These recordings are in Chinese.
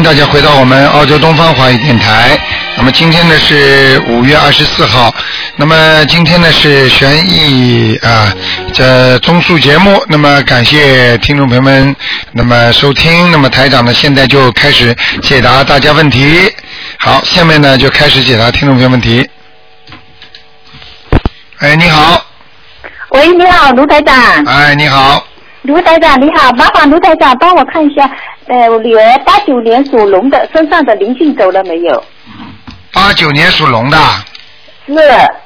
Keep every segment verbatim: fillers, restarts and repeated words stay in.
迎大家回到我们澳洲东方华语电台。那么今天呢是五月二十四号，那么今天呢是悬疑啊这综述节目。那么感谢听众朋友们那么收听。那么台长呢现在就开始解答大家问题。好，下面呢就开始解答听众朋友问题。哎，你好。 喂，你好，卢台长。 哎，你好。 卢台长你好，麻烦卢台长帮我看一下，呃，我女儿八九年属龙的身上的灵性走了没有？ 八九年属龙的。 是。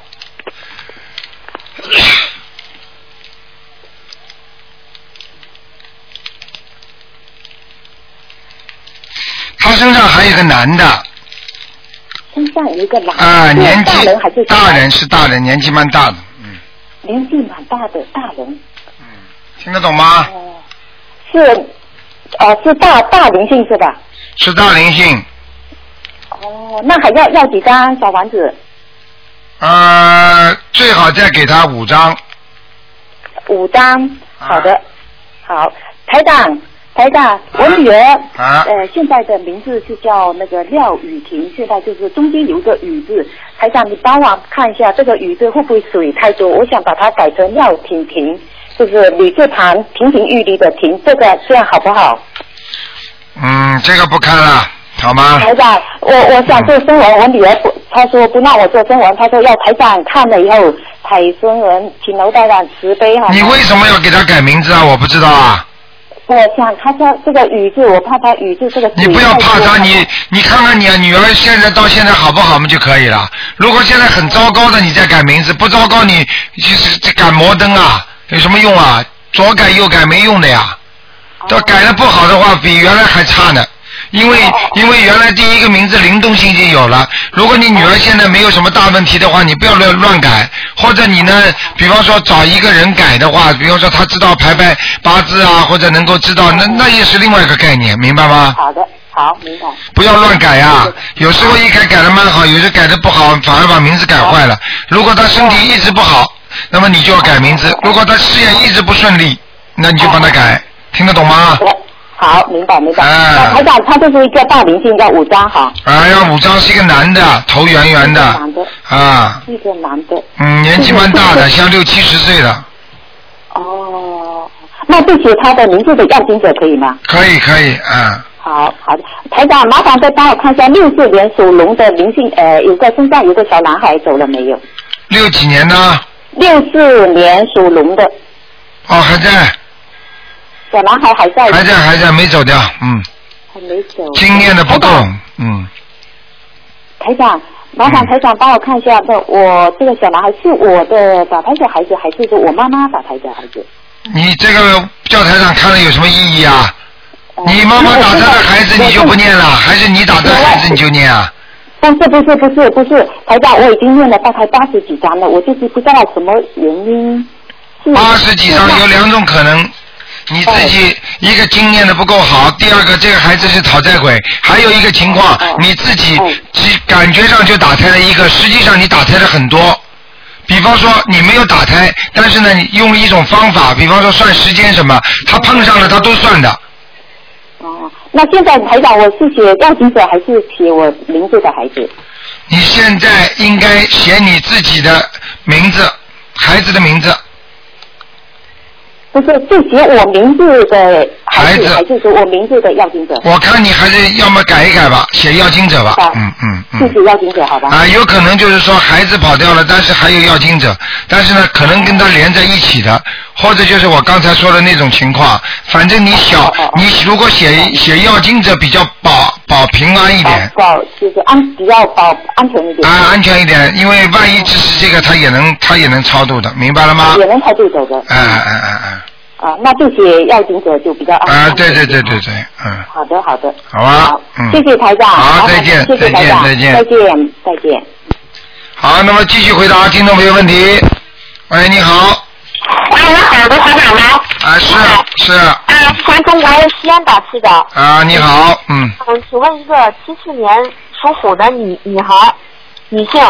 他身上还有一个男的。 身上有一个男的。 啊，年纪大人还是大人是大人，年纪蛮大的，嗯。 年纪蛮大的大人。 听得懂吗？ 哦，是，哦，是大大灵性是吧？ 是大灵性。 哦，那还要要几张小房子？ 呃，最好再给他五张。 五张，好的，啊、好，台长，台长，啊、我女儿， 啊、 呃，现在的名字是叫那个廖雨婷，现在就是中间有个雨字，台长，你帮我看一下这个雨字会不会水太多？我想把它改成廖婷婷。就是女字旁亭亭玉立的亭，这个这样好不好？ 嗯，这个不看了，好吗？ 台长，我我想做声纹，我女儿不，她说不让我做声纹，她说要台长看了以后采声纹，请楼台长慈悲好吗？ 你为什么要给她改名字啊？我不知道啊。 我想她说这个雨字，我怕她雨字这个。 你不要怕她，你你看看你啊，女儿现在到现在好不好嘛就可以了。如果现在很糟糕的，你再改名字；不糟糕，你就是这改摩登啊。有什么用啊？左改右改没用的呀。要改的不好的话，比原来还差呢。因为因为原来第一个名字灵动性已经有了。如果你女儿现在没有什么大问题的话，你不要乱乱改。或者你呢，比方说找一个人改的话，比方说他知道排排八字啊，或者能够知道，那那也是另外一个概念，明白吗？ 好的，好，明白。 不要乱改呀、啊！有时候一改改的蛮好，有时候改的不好，反而把名字改坏了。如果他身体一直不好。那么你就要改名字，如果他事业一直不顺利，那你就帮他改，听得懂吗？ 好，明白明白。 哎、 那台长，他就是一个大灵性，要五张哈。 哎呀，五张是一个男的，头圆圆的。 男的。 啊。 一个男的。 嗯，年纪蛮大的，像六七十岁的。 哦，那这写他的名字的要经者可以吗？ 可以可以，嗯。 好好的，台长，麻烦再帮我看一下六四年属龙的灵性，呃，有个身上有个小男孩走了没有？ 六几年呢？ 六四年属龙的。 哦，还在。 小男孩还在。 还在还在，没走掉，嗯。 还没走。 经验的不够，嗯。 台长，麻烦台长帮我看一下，那我这个小男孩是我的打胎的孩子，还是说我妈妈打胎的孩子？ 你这个叫台长看了有什么意义啊？呃、你妈妈打胎的孩子你就不念了，还是你打胎的孩子你就念啊？ 不是不是不是不是，台长，我已经念了大概八十几张了，我就是不知道什么原因。 八十几张有两种可能，你自己一个经念的不够好，第二个这个孩子是讨债鬼，还有一个情况你自己感觉上就打胎了一个，实际上你打胎了很多。比方说你没有打胎，但是呢你用一种方法，比方说算时间什么，他碰上了他都算的。 哦，那现在台长，我是写要经者还是写我名字的孩子？ 你现在应该写你自己的名字，孩子的名字。 不是，是写我名字的孩子，还是说我名字的要经者？ 我看你还是要么改一改吧，写要经者吧。嗯嗯嗯。 是写要经者好吧？ 啊，有可能就是说孩子跑掉了，但是还有要经者，但是呢，可能跟他连在一起的，或者就是我刚才说的那种情况。反正你小，哦哦哦、你如果写写要经者比较保保平安一点。 保就是安比较保安全一点。 啊，安全一点，因为万一只是这个，他也能他也能超度的，明白了吗？ 也能超度走的。 哎哎哎哎。 啊，那这些要经者就比较安全。 啊，对对对对对，嗯。 好的好的。 好啊。好嗯。 谢谢台长。 好，再见谢谢台长再见再见再见。 好，那么继续回答听众朋友问题。喂，你好。 喂，你好，卢台长吗？ 啊，是是。 啊，是从中国西安打去的。 啊，你好，嗯。 嗯，请问一个七四年属虎的女女孩，女性。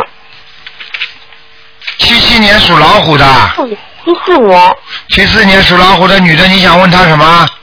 七七年属老虎的。 七四年。 七四年属老虎的女的，你想问她什么？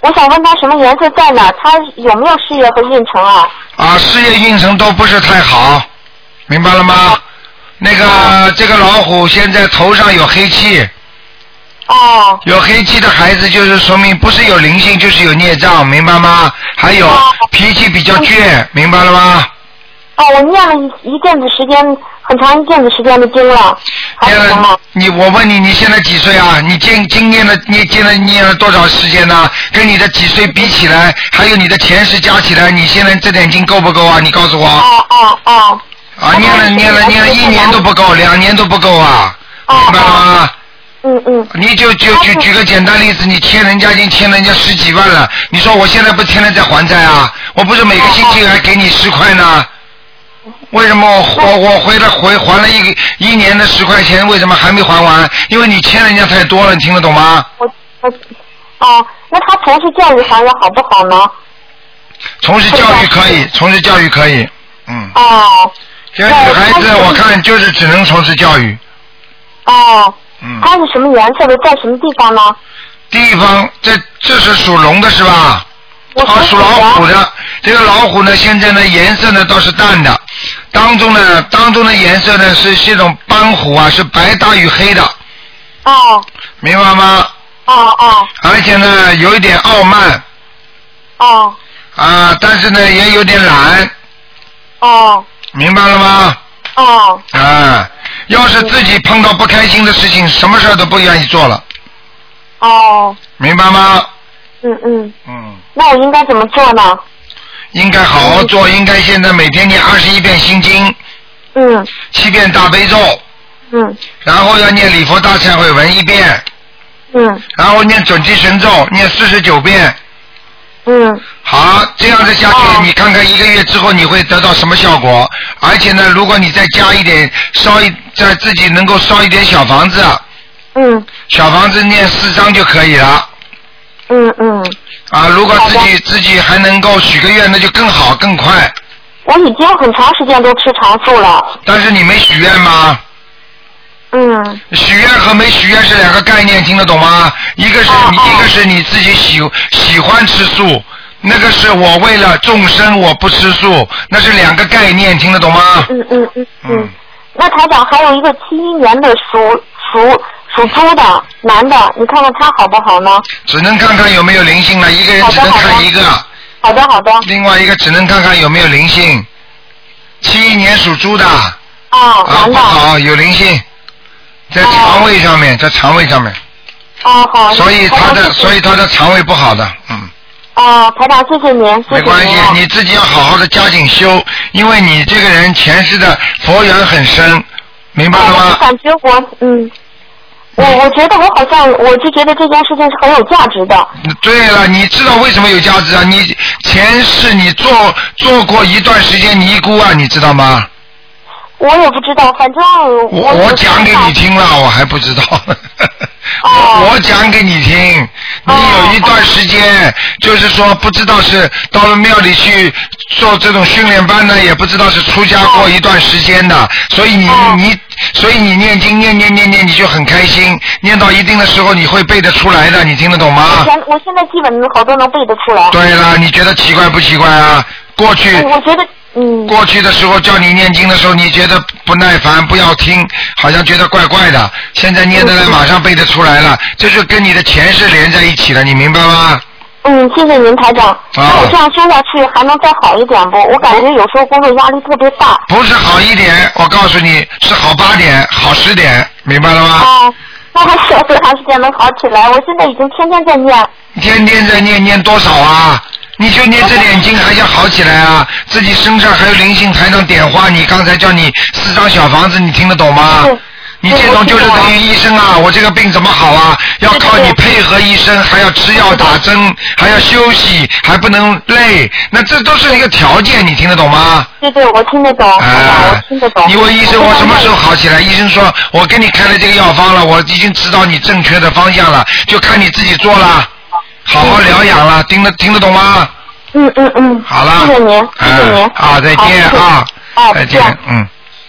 我想问他什么颜色在哪？他有没有事业和运程啊？ 啊，事业运程都不是太好，明白了吗？那个、啊、这个老虎现在头上有黑气。 哦。 有黑气的孩子就是说明不是有灵性就是有孽障，明白吗？还有、哦、脾气比较倔，明白了吗？ 哦，我念了一一阵子时间，很长一阵子时间的经了，还有什么？ 你我问你，你现在几岁啊？你经经念了，你念了念了多少时间呢？跟你的几岁比起来，还有你的前世加起来，你现在这点经够不够啊？你告诉我。 哦哦哦。 啊，念了念了念了一年都不够，两年都不够啊， 哦、 明白了吗？ 嗯嗯。 你就就举举个简单例子，你欠人家已经欠人家十几万了，你说我现在不天天在还债啊？我不是每个星期还给你十块呢？为什么我我我回了回还了一一年的十块钱，为什么还没还完？因为你欠人家太多了，你听得懂吗？ 我我哦，那他从事教育行业好不好呢？ 从事教育可以，从事教育可以，嗯。 哦。 这个女孩子我看就是只能从事教育。 哦。 嗯。 它是什么颜色的？在什么地方呢？ 地方这这是属龙的是吧？ 啊， 属老虎的。这个老虎呢，现在呢颜色呢倒是淡的，当中呢当中的颜色呢是这种斑虎啊，是白大于黑的。 哦。 明白吗？ 哦哦。 而且呢有一点傲慢。 哦。 啊，但是呢也有点懒。 哦。 明白了吗？ 哦。 啊，要是自己碰到不开心的事情，什么事儿都不愿意做了。 哦。 明白吗？ 嗯嗯。 嗯。 那我应该怎么做呢？ 应该好好做，应该现在每天念二十一遍心经。 嗯。 七遍大悲咒。 嗯。 然后要念礼佛大忏悔文一遍。 嗯。 然后念准提神咒，念四十九遍。 嗯。 好，这样子下去，哦、你看看一个月之后你会得到什么效果？而且呢，如果你再加一点，烧一，在自己能够烧一点小房子。 嗯。 小房子念四张就可以了。 嗯嗯。 啊，如果自己自己还能够许个愿，那就更好更快。 我已经很长时间都吃长素了。 但是你没许愿吗？ 嗯。 许愿和没许愿是两个概念，听得懂吗？一个是、哦、一个是你自己喜喜欢吃素，那个是我为了众生我不吃素，那是两个概念，听得懂吗？ 嗯嗯嗯嗯。那台长还有一个七一年的属属。属猪的男的，你看看他好不好呢？ 只能看看有没有灵性了，一个人只能看一个。 好的好的。 另外一个只能看看有没有灵性。七一年属猪的。 哦， 啊，不好，有灵性，在肠胃上面，在肠胃上面。 哦好。 所以他的，所以他的肠胃不好的，嗯。 哦，台长，谢谢您，谢谢您。 没关系，你自己要好好的加紧修，因为你这个人前世的佛缘很深，明白了吗？ 我感觉我，嗯。我我觉得我好像，我就觉得这件事情是很有价值的。 对了，你知道为什么有价值啊？你前世你做做过一段时间尼姑啊，你知道吗？ 我也不知道，反正我我讲给你听了，我还不知道。 哦、 我我讲给你听，你有一段时间、哦、就是说不知道是到了庙里去做这种训练班呢，也不知道是出家过一段时间的，所以你、哦、你所以你念经念念念念你就很开心，念到一定的时候你会背得出来的，你听得懂吗？ 我现我现在基本好多能背得出来。 对了，你觉得奇怪不奇怪啊？过去我觉得嗯， 过去的时候叫你念经的时候，你觉得不耐烦，不要听，好像觉得怪怪的。现在念的来，马上背得出来了，这就跟你的前世连在一起了，你明白吗？ 嗯，谢谢您，台长。啊、那我这样修下去还能再好一点不？我感觉有时候工作压力特别大。 不是好一点，我告诉你是好八点，好十点，明白了吗？ 哦，那还需要多长时间能好起来？我现在已经天天在念。 天天在念，念多少啊？你就念这点经还想好起来啊？自己身上还有灵性才能点化你。刚才叫你四张小房子，你听得懂吗？你这种就是等于医生啊，我这个病怎么好啊？要靠你配合医生，还要吃药打针，还要休息，还不能累，那这都是一个条件，你听得懂吗？ 对对，我听得懂， 呃、 我听得懂。 你问医生我什么时候好起来？医生说我给你开了这个药方了，我已经指导你正确的方向了，就看你自己做了。好好疗养了，听得听得懂吗？ 嗯嗯嗯。 好了。 谢谢您，谢谢您。 啊，再见啊。 啊， 再见，嗯。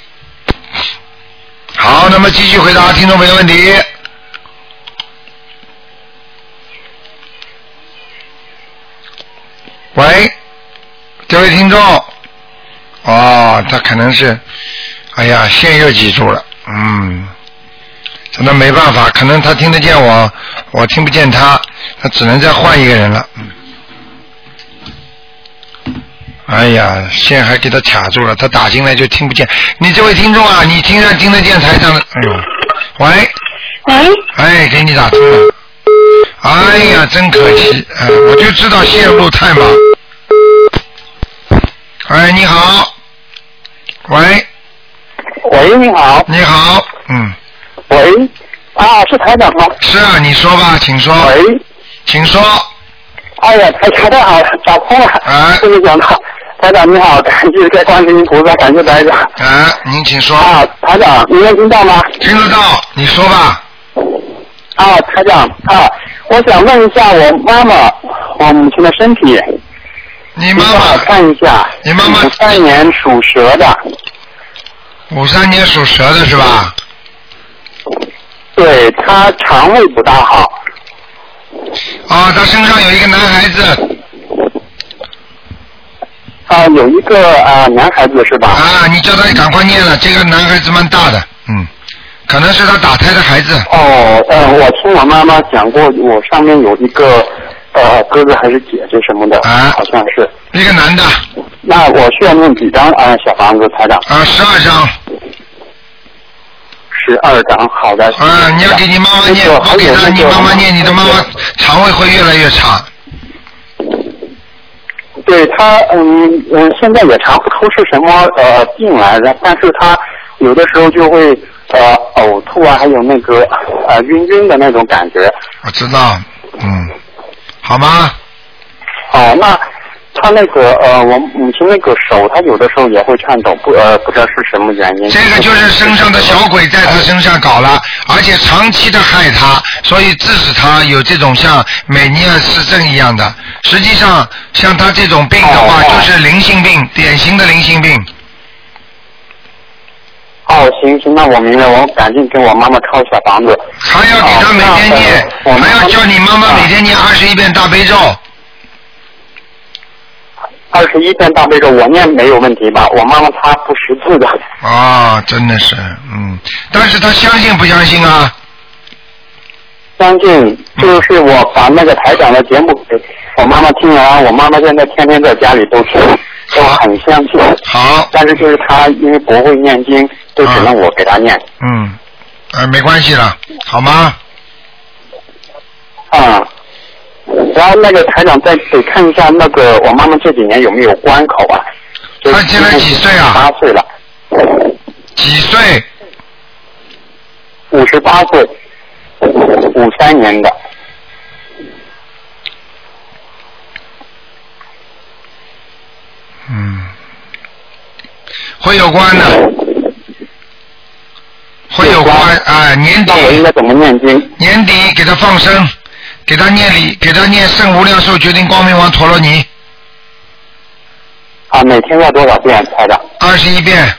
好，那么继续回答听众朋友问题。 喂，这位听众，哦，他可能是，哎呀，线又挤住了，嗯，真的没办法，可能他听得见我，我听不见他，他只能再换一个人了。嗯，哎呀，线还给他卡住了，他打进来就听不见。你这位听众啊，你听上听得见台上的，哎呦，喂， 喂， 哎，给你打通了。哎呀，真可惜，哎，我就知道线路太忙。哎，你好，喂， 喂，你好。 你好，嗯。 喂，啊，是台长吗？ 是啊，你说吧，请说。 喂， 请说。 哎呀，台台长好，打通了。 哎。 终于讲到，台长你好，感谢在观世音菩萨，感谢台长。 哎，您请说。 啊，台长，你能听到吗？ 听得到，你说吧。 啊，台长啊，我想问一下我妈妈，我母亲的身体。 你妈妈看一下。 你妈妈五三年属蛇的。 五三年属蛇的是吧？ 对，她肠胃不大好。 啊，她身上有一个男孩子。 啊，有一个啊男孩子是吧？ 啊，你叫他赶快念了，这个男孩子蛮大的，嗯，可能是他打胎的孩子。 哦，呃，我听我妈妈讲过，我上面有一个呃哥哥还是姐姐什么的， 啊， 好像是一个男的。 那我需要念几张啊、呃、小房子，台长？ 啊，十二张。 十二张，好的。 啊，你要给你妈妈念，不给他，你妈妈念，你的妈妈肠胃会越来越差。 对他，嗯嗯，现在也查不出是什么呃病来的，但是他有的时候就会呃呕吐啊，还有那个呃晕晕的那种感觉。 我知道，嗯，好吗？ 哦，那他那个呃，我母亲那个手，他有的时候也会颤抖，不呃不知道是什么原因。 这个就是身上的小鬼在他身上搞了，而且长期的害他，所以致使他有这种像美尼尔氏症一样的。实际上，像他这种病的话，就是灵性病，典型的灵性病。 哦，行行，那我明白，我赶紧给我妈妈抄小房子。 还要给他每天念， 哦、 还要叫你妈妈每天念二十一遍大悲咒。 二十一遍大悲咒，我念没有问题吧？我妈妈她不识字的。 啊、哦，真的是，嗯，但是她相信不相信啊？ 相信，就是我把那个台长的节目给我妈妈听完，我妈妈现在天天在家里都听，都很相信。 好。 但是就是她因为不会念经，就只能我给她念。 嗯，呃，没关系了，好吗？ 啊。然后那个台长再得看一下那个我妈妈这几年有没有关口啊？ 她现在几岁啊？ 八岁了。 几岁？ 五十八岁，五三年的。 嗯，会有关的，会有关啊、呃！年底。 那我应该怎么念经？ 年底给他放生。给他念礼，给他念圣无量寿决定光明王陀罗尼。 啊，每天要多少遍，台长？ 二十一遍。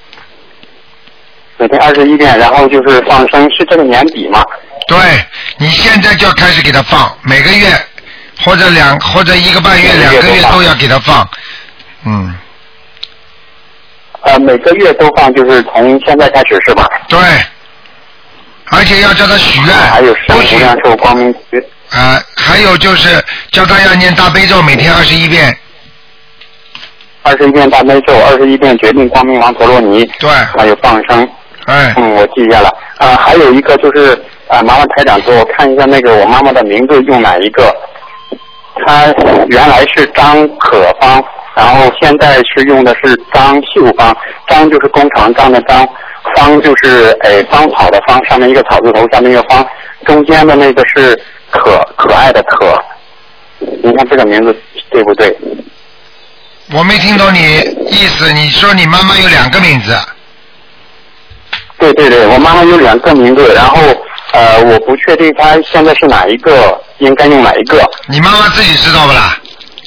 每天二十一遍，然后就是放生，是这个年底吗？ 对，你现在就要开始给他放，每个月或者两或者一个半月、两个月都要给他放。嗯。 呃，每个月都放，就是从现在开始是吧？ 对。而且要叫他许愿， 还有圣无量寿光明诀。 啊、呃，还有就是叫他要念大悲咒，每天二十一遍。 二十一遍大悲咒，二十一遍决定光明王陀罗尼。 对。 还有放生。 哎。 嗯，我记下了。啊、呃，还有一个就是啊、呃，麻烦台长给我看一下那个我妈妈的名字用哪一个？她原来是张可芳，然后现在是用的是张秀芳，张就是工厂张的张。芳就是诶芳草的芳，上面一个草字头，下面一个芳，中间的那个是可可爱的可。你看这个名字对不对？ 我没听懂你意思，你说你妈妈有两个名字？ 对对对，我妈妈有两个名字，然后呃我不确定她现在是哪一个，应该用哪一个。 你妈妈自己知道不啦？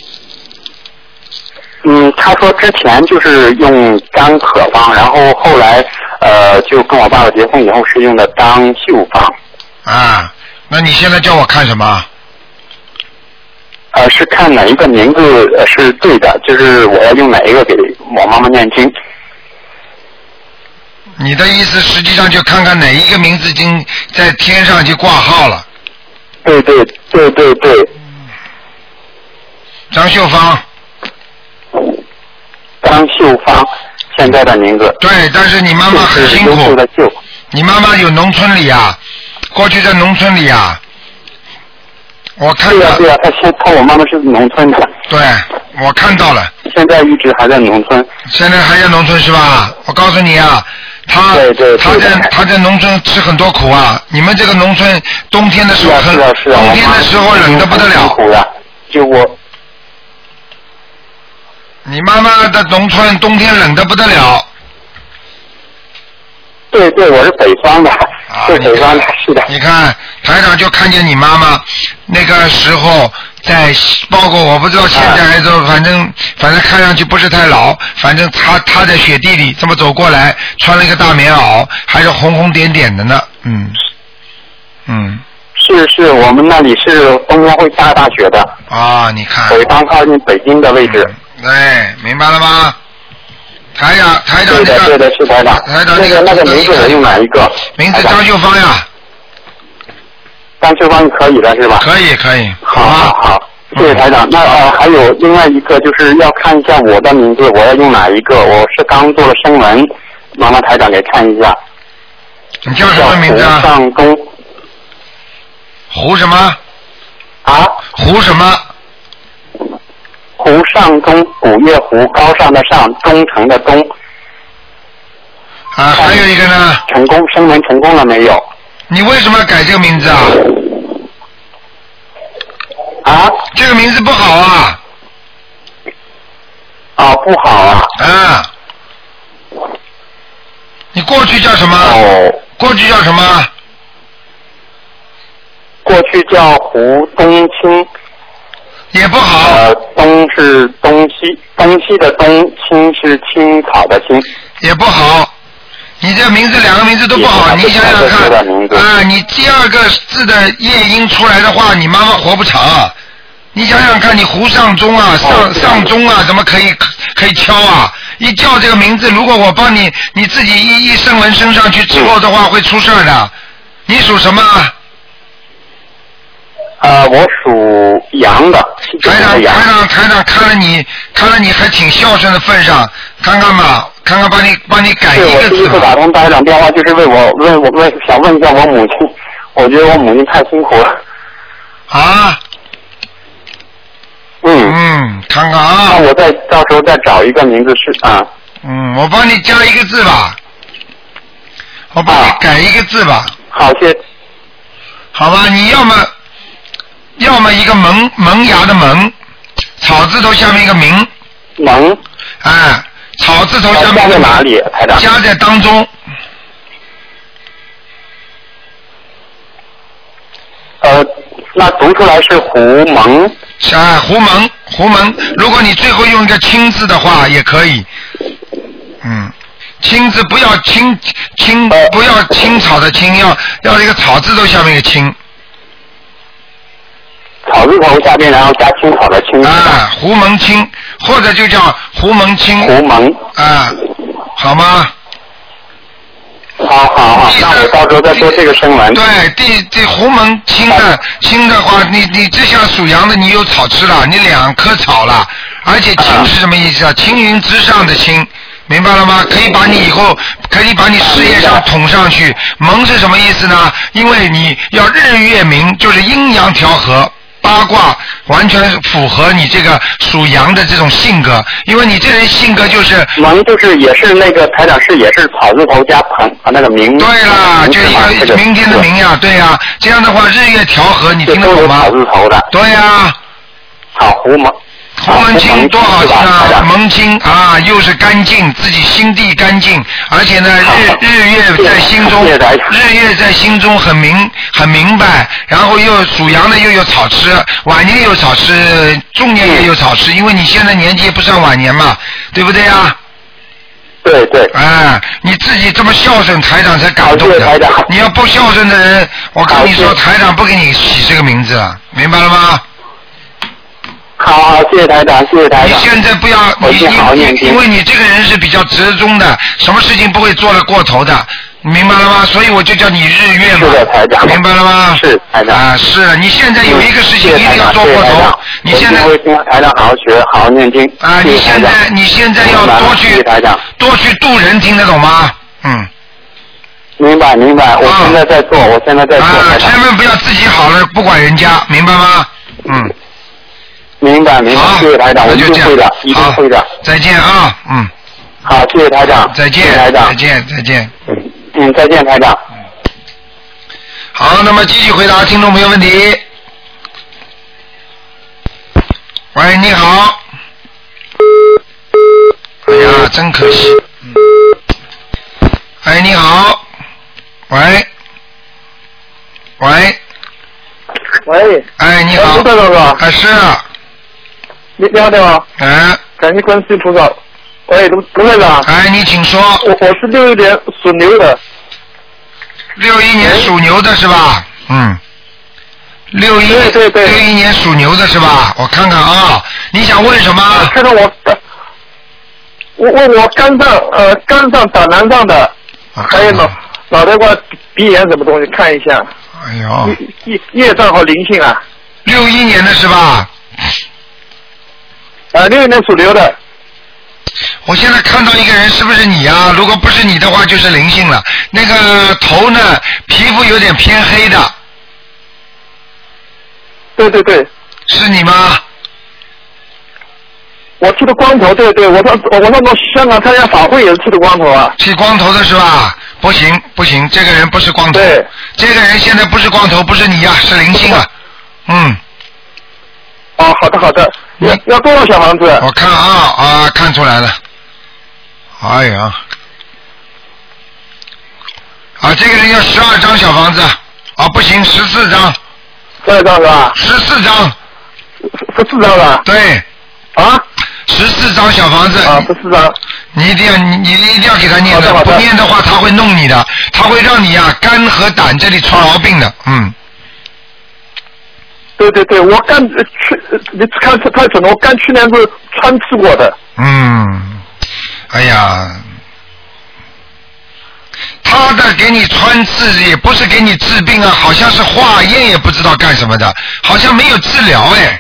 嗯，她说之前就是用张可芳，然后后来呃就跟我爸爸结婚以后是用的张秀芳。 啊，那你现在叫我看什么？ 呃，是看哪一个名字呃是对的，就是我要用哪一个给我妈妈念经。 你的意思实际上就看看哪一个名字已经在天上就挂号了。 对对对对对。 张秀芳。 张秀芳，现在的名字。 对，但是你妈妈很辛苦。 优秀的秀。 你妈妈有农村里啊，过去在农村里啊。我看到。 对呀对呀，她现她我妈妈是农村的。 对，我看到了。 现在一直还在农村。 现在还在农村是吧？我告诉你啊。他对对对他在他在农村吃很多苦啊！你们这个农村冬天的时候很， 是啊是啊， 冬天的时候冷得不得了。 苦的，就我。 你妈妈的农村冬天冷得不得了。 对对，我是北方的， 啊、 是北方的，是的。 你看台长就看见你妈妈那个时候在，包括我不知道现在还是、啊、反正反正看上去不是太老，反正她她在雪地里这么走过来，穿了一个大棉袄，还是红红点点的呢，嗯嗯。 是是，我们那里是冬天会下大雪的。 啊，你看。 北方靠近北京的位置。 嗯、对，明白了吗？台长，台长、这个， 对的，对的，是台长。 台长、 那个那个名字我用哪一个？ 名字张秀芳呀。 张秀芳可以的是吧？ 可以，可以。 好好好，谢谢台长。嗯、那呃还有另外一个就是要看一下我的名字，我要用哪一个？我是刚做了声纹，麻烦台长给看一下。 你叫什么名字啊？ 胡上公。 胡什么？ 啊？ 胡什么？ 胡上中，古月胡，高尚的上，忠诚的忠。 啊，还有一个呢？ 成功，声纹成功了没有？ 你为什么要改这个名字啊？ 啊？ 这个名字不好啊。 啊，不好啊。 啊。你过去叫什么？ 哦。 过去叫什么？ 过去叫胡冬青。 也不好。 呃，东是东西，东西的东，青是青草的青。 也不好，你这名字两个名字都不好，你想想看啊，你第二个字的夜音出来的话，你妈妈活不长。你想想看，你胡上中啊，上上中啊，怎么可以可以敲啊？一叫这个名字，如果我帮你，你自己一一声纹升上去之后的话，会出事的。你属什么？ 呃，我属羊的。 台长，台长，台长看了你，看了你还挺孝顺的份上，看看吧，看看帮你帮你改一个字吧。 我第一次打通台长电话，就是为我问我问想问一下我母亲，我觉得我母亲太辛苦了。 啊？ 嗯嗯，看看啊。 那我再到时候再找一个名字是啊。 嗯，我帮你加一个字吧，我帮你改一个字吧。 啊、好，谢。 好吧，你要么。要么一个萌萌芽的萌，草字头下面一个明。 萌。 哎，草字头下面。 加在哪里，台长？ 加在当中。 呃，那读出来是胡蒙。 啊，胡蒙，胡蒙。如果你最后用一个青字的话，也可以。嗯，青字不要青青，不要青草的青，要要一个草字头下面一个青。 草字头下边，然后加青草的青。 啊，胡蒙青，或者就叫胡蒙青。 胡蒙。 啊，好吗？ 好好好，那我到时候再做这个声纹。 对，第第胡蒙青的青的话，你你这下属羊的，你有草吃了，你两棵草了，而且青是什么意思啊？青云之上的青。明白了吗？可以把你以后可以把你事业上捅上去。蒙是什么意思呢？因为你要日月明，就是阴阳调和。八卦完全符合你这个属羊的这种性格，因为你这人性格就是蒙，就是也是那个台长是也是草字头加鹏啊那个明。 对啦，就一个明天的明呀，对呀，这样的话日月调和，你听得懂吗？ 草字头的。 对呀。 好，胡蒙。 胡蒙清多好听啊！蒙清啊，又是干净，自己心地干净，而且呢，日日月在心中，日月在心中很明很明白，然后又属羊的又有草吃，晚年有草吃，中年也有草吃，因为你现在年纪也不算晚年嘛，对不对啊？ 对对。 哎，你自己这么孝顺，台长才感动的。你要不孝顺的人，我跟你说，台长不给你起这个名字，明白了吗？ 好好，谢谢台长，谢谢台长。 你现在不要， 我你一定好好念你经。 因为你这个人是比较折中的，什么事情不会做得过头的，你明白了吗？所以我就叫你日月嘛。 是的，台长。 明白了吗？ 是台长。 啊，是你现在有一个事情一定要做谢谢过头台长。 你现在我一定会听台长好好学，好好念经。 啊，你现在你现在要多去谢谢台长， 多去度人，听得懂吗？嗯。 明白明白，我现在在做，我现在在做。 啊，千万不要自己好了不管人家，明白吗？嗯。 明白明白，谢谢台长，我一定会的，一定会的。 再见啊，嗯。 好，谢谢台长。 再见， 谢谢台长。 再见，再见。 嗯，再见，台长。 好，那么继续回答听众朋友问题。喂，你好。哎呀，真可惜。嗯。哎，你好。喂。喂。 喂。 哎，你好。 卢台长是吧？ 哎，是。 你你好，你好。 哎。 感谢观世音菩萨。喂，卢卢台长。 哎，你请说。 我我是六一年属牛的。 六一年属牛的是吧？嗯。六一对对对。 六一年属牛的是吧？我看看啊，你想问什么？ 看看我，我问我肝脏呃肝脏胆囊上的，还有脑脑袋瓜鼻炎什么东西看一下。 哎呦。 业业障和灵性啊。 六一年的是吧？ 啊，六一年属牛的。 我现在看到一个人，是不是你啊？如果不是你的话，就是灵性了。那个头呢，皮肤有点偏黑的。 对对对。 是你吗？ 我剃的光头，对对，我上我上到香港参加法会也是剃的光头啊。 剃光头的是吧？不行不行，这个人不是光头。 对。 这个人现在不是光头，不是你呀、啊，是灵性啊。嗯。 哦，好的好的。要要多少小房子？ 我看啊啊，看出来了。哎呀，啊，这个人要十二张小房子，啊，不行，十四张。 十二张是吧？ 十四张。 十四张是吧？ 对。 啊？ 十四张小房子。 啊，十四张。 你一定要，你你一定要给他念的， 的不念的话他会弄你的，他会让你呀、啊、肝和胆这里出毛病的，嗯。 对对对，我肝去，你看太准了，我肝去年是穿刺过的。 嗯，哎呀，他的给你穿刺也不是给你治病啊，好像是化验也不知道干什么的，好像没有治疗哎。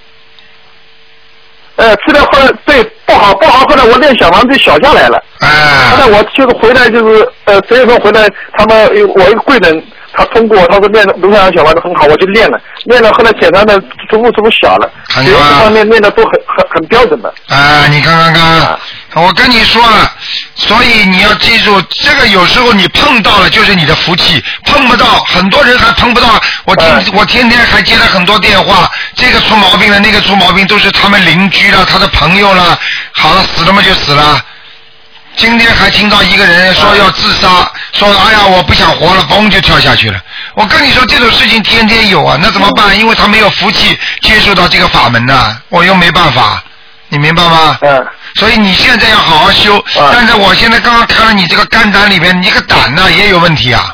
呃，治疗后来对不好不好，后来我练小房子小下来了。 哎。 后来我就是回来就是呃十月份回来，他们我一个贵人。他通过，他说练卢太阳小房子很好，我就练了，练了后来检查的逐步逐步小了，学习方面练的都很很很标准的。 啊，你看看看，啊、我跟你说了，所以你要记住，这个有时候你碰到了就是你的福气，碰不到，很多人还碰不到。我听、啊、我天天还接了很多电话，这个出毛病了，那个出毛病，都是他们邻居了，他的朋友了，好了，死了嘛就死了。今天还听到一个人说要自杀，说哎呀我不想活了，嘣就跳下去了。我跟你说这种事情天天有啊，那怎么办？因为他没有福气接触到这个法门呢，我又没办法，你明白吗？ 嗯。 所以你现在要好好修，嗯、但是我现在刚刚看了你这个肝胆里面，你这个胆呢也有问题啊。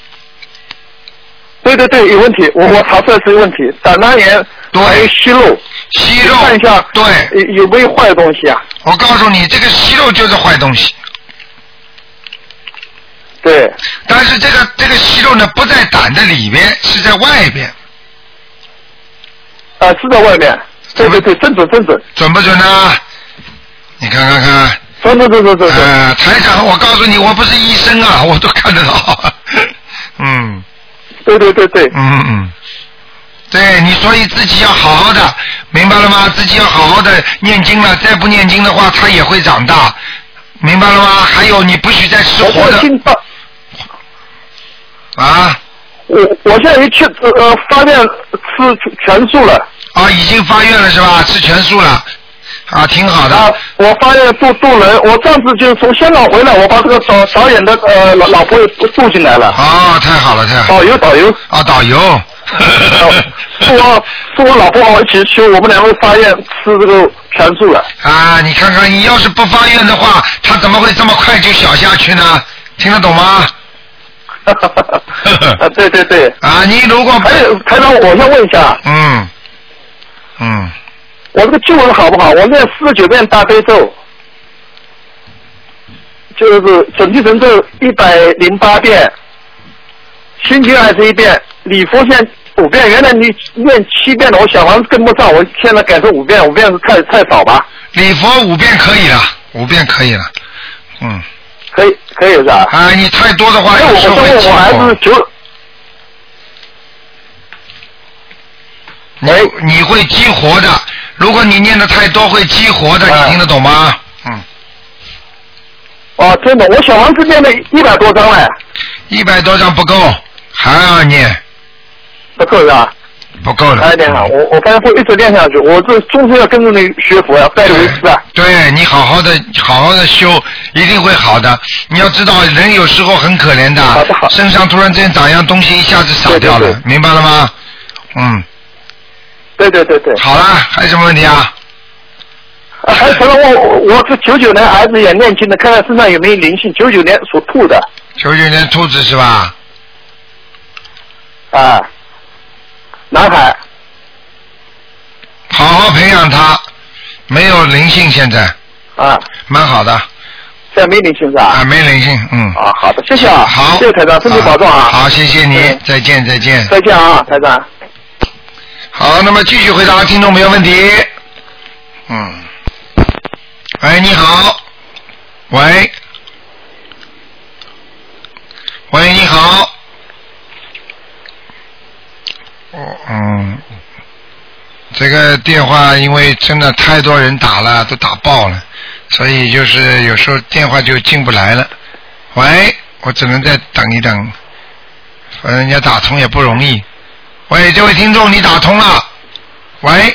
对对对，有问题，我我查出来是有问题，胆囊炎，还有息肉。 息肉。 看一下， 对， 有没有坏的东西啊？ 我告诉你，这个息肉就是坏东西。 对。 但是这个这个息肉呢，不在胆的里边，是在外边。 啊，是在外面。对对对，正准正准。 准不准呢？你看看看。 准准准准准。 呃，台长，我告诉你，我不是医生啊，我都看得到。嗯。 对对对对。 嗯嗯。对你，所以自己要好好的，明白了吗？自己要好好的念经了，再不念经的话，他也会长大，明白了吗？还有，你不许再吃活的。啊！ 我我现在一吃呃发愿吃全素了。 啊，已经发愿了是吧？吃全素了，啊，挺好的。 啊，我发愿度度人，我上次就从香港回来，我把这个导导演的呃老老婆也度进来了。 啊，太好了，太好了。 导游导游。 啊，导游。 是我是我老婆和我一起修，我们两个发愿吃这个全素了。 啊，你看看，你要是不发愿的话，他怎么会这么快就小下去呢？听得懂吗？ 啊，对对对。 啊，你如果还有台长，我想问一下。 嗯。嗯。 我这个经文好不好？我念四十九遍大悲咒，就是准提神咒一百零八遍，心经二十一遍，礼佛现五遍。原来你念七遍的，我小房子跟不上，我现在改成五遍，五遍是太太少吧？ 礼佛五遍可以了，五遍可以了，嗯， 可以可以是吧？ 啊，你太多的话， 哎，我有时候会激我还活是九。 你你会激活的，如果你念的太多会激活的， 啊你听得懂吗？嗯。 哦，真的，我小房子念了一百多张了。 一百多张不够，还要念。 不够是吧？ 不够了。 还要念啊！我我反正会一直练下去，我这终身要跟着你学佛，要拜为师啊。 对你好好的好好的修，一定会好的。你要知道，人有时候很可怜的， 好的好身上突然之间长样东西，一下子少掉了， 对对对明白了吗？嗯。 对对对对。 好了，还有什么问题啊？ 啊，还除了我我我是九九年儿子也念经的，看看身上有没有灵性。九九年属兔的。 九九年兔子是吧？ 啊。男孩。 好好培养他，没有灵性现在。 啊。 蛮好的。 现在没灵性是吧？ 啊，没灵性，嗯。 啊，好的，谢谢啊。 好。 谢谢台长，身体保重啊。 好，谢谢你， 嗯再见再见。 再见啊，台长。 好，那么继续回答听众没有问题。嗯。喂，你好。喂。喂，你好。哦，嗯，这个电话因为真的太多人打了，都打爆了，所以就是有时候电话就进不来了。喂，我只能再等一等，反正人家打通也不容易。喂，这位听众，你打通了。喂，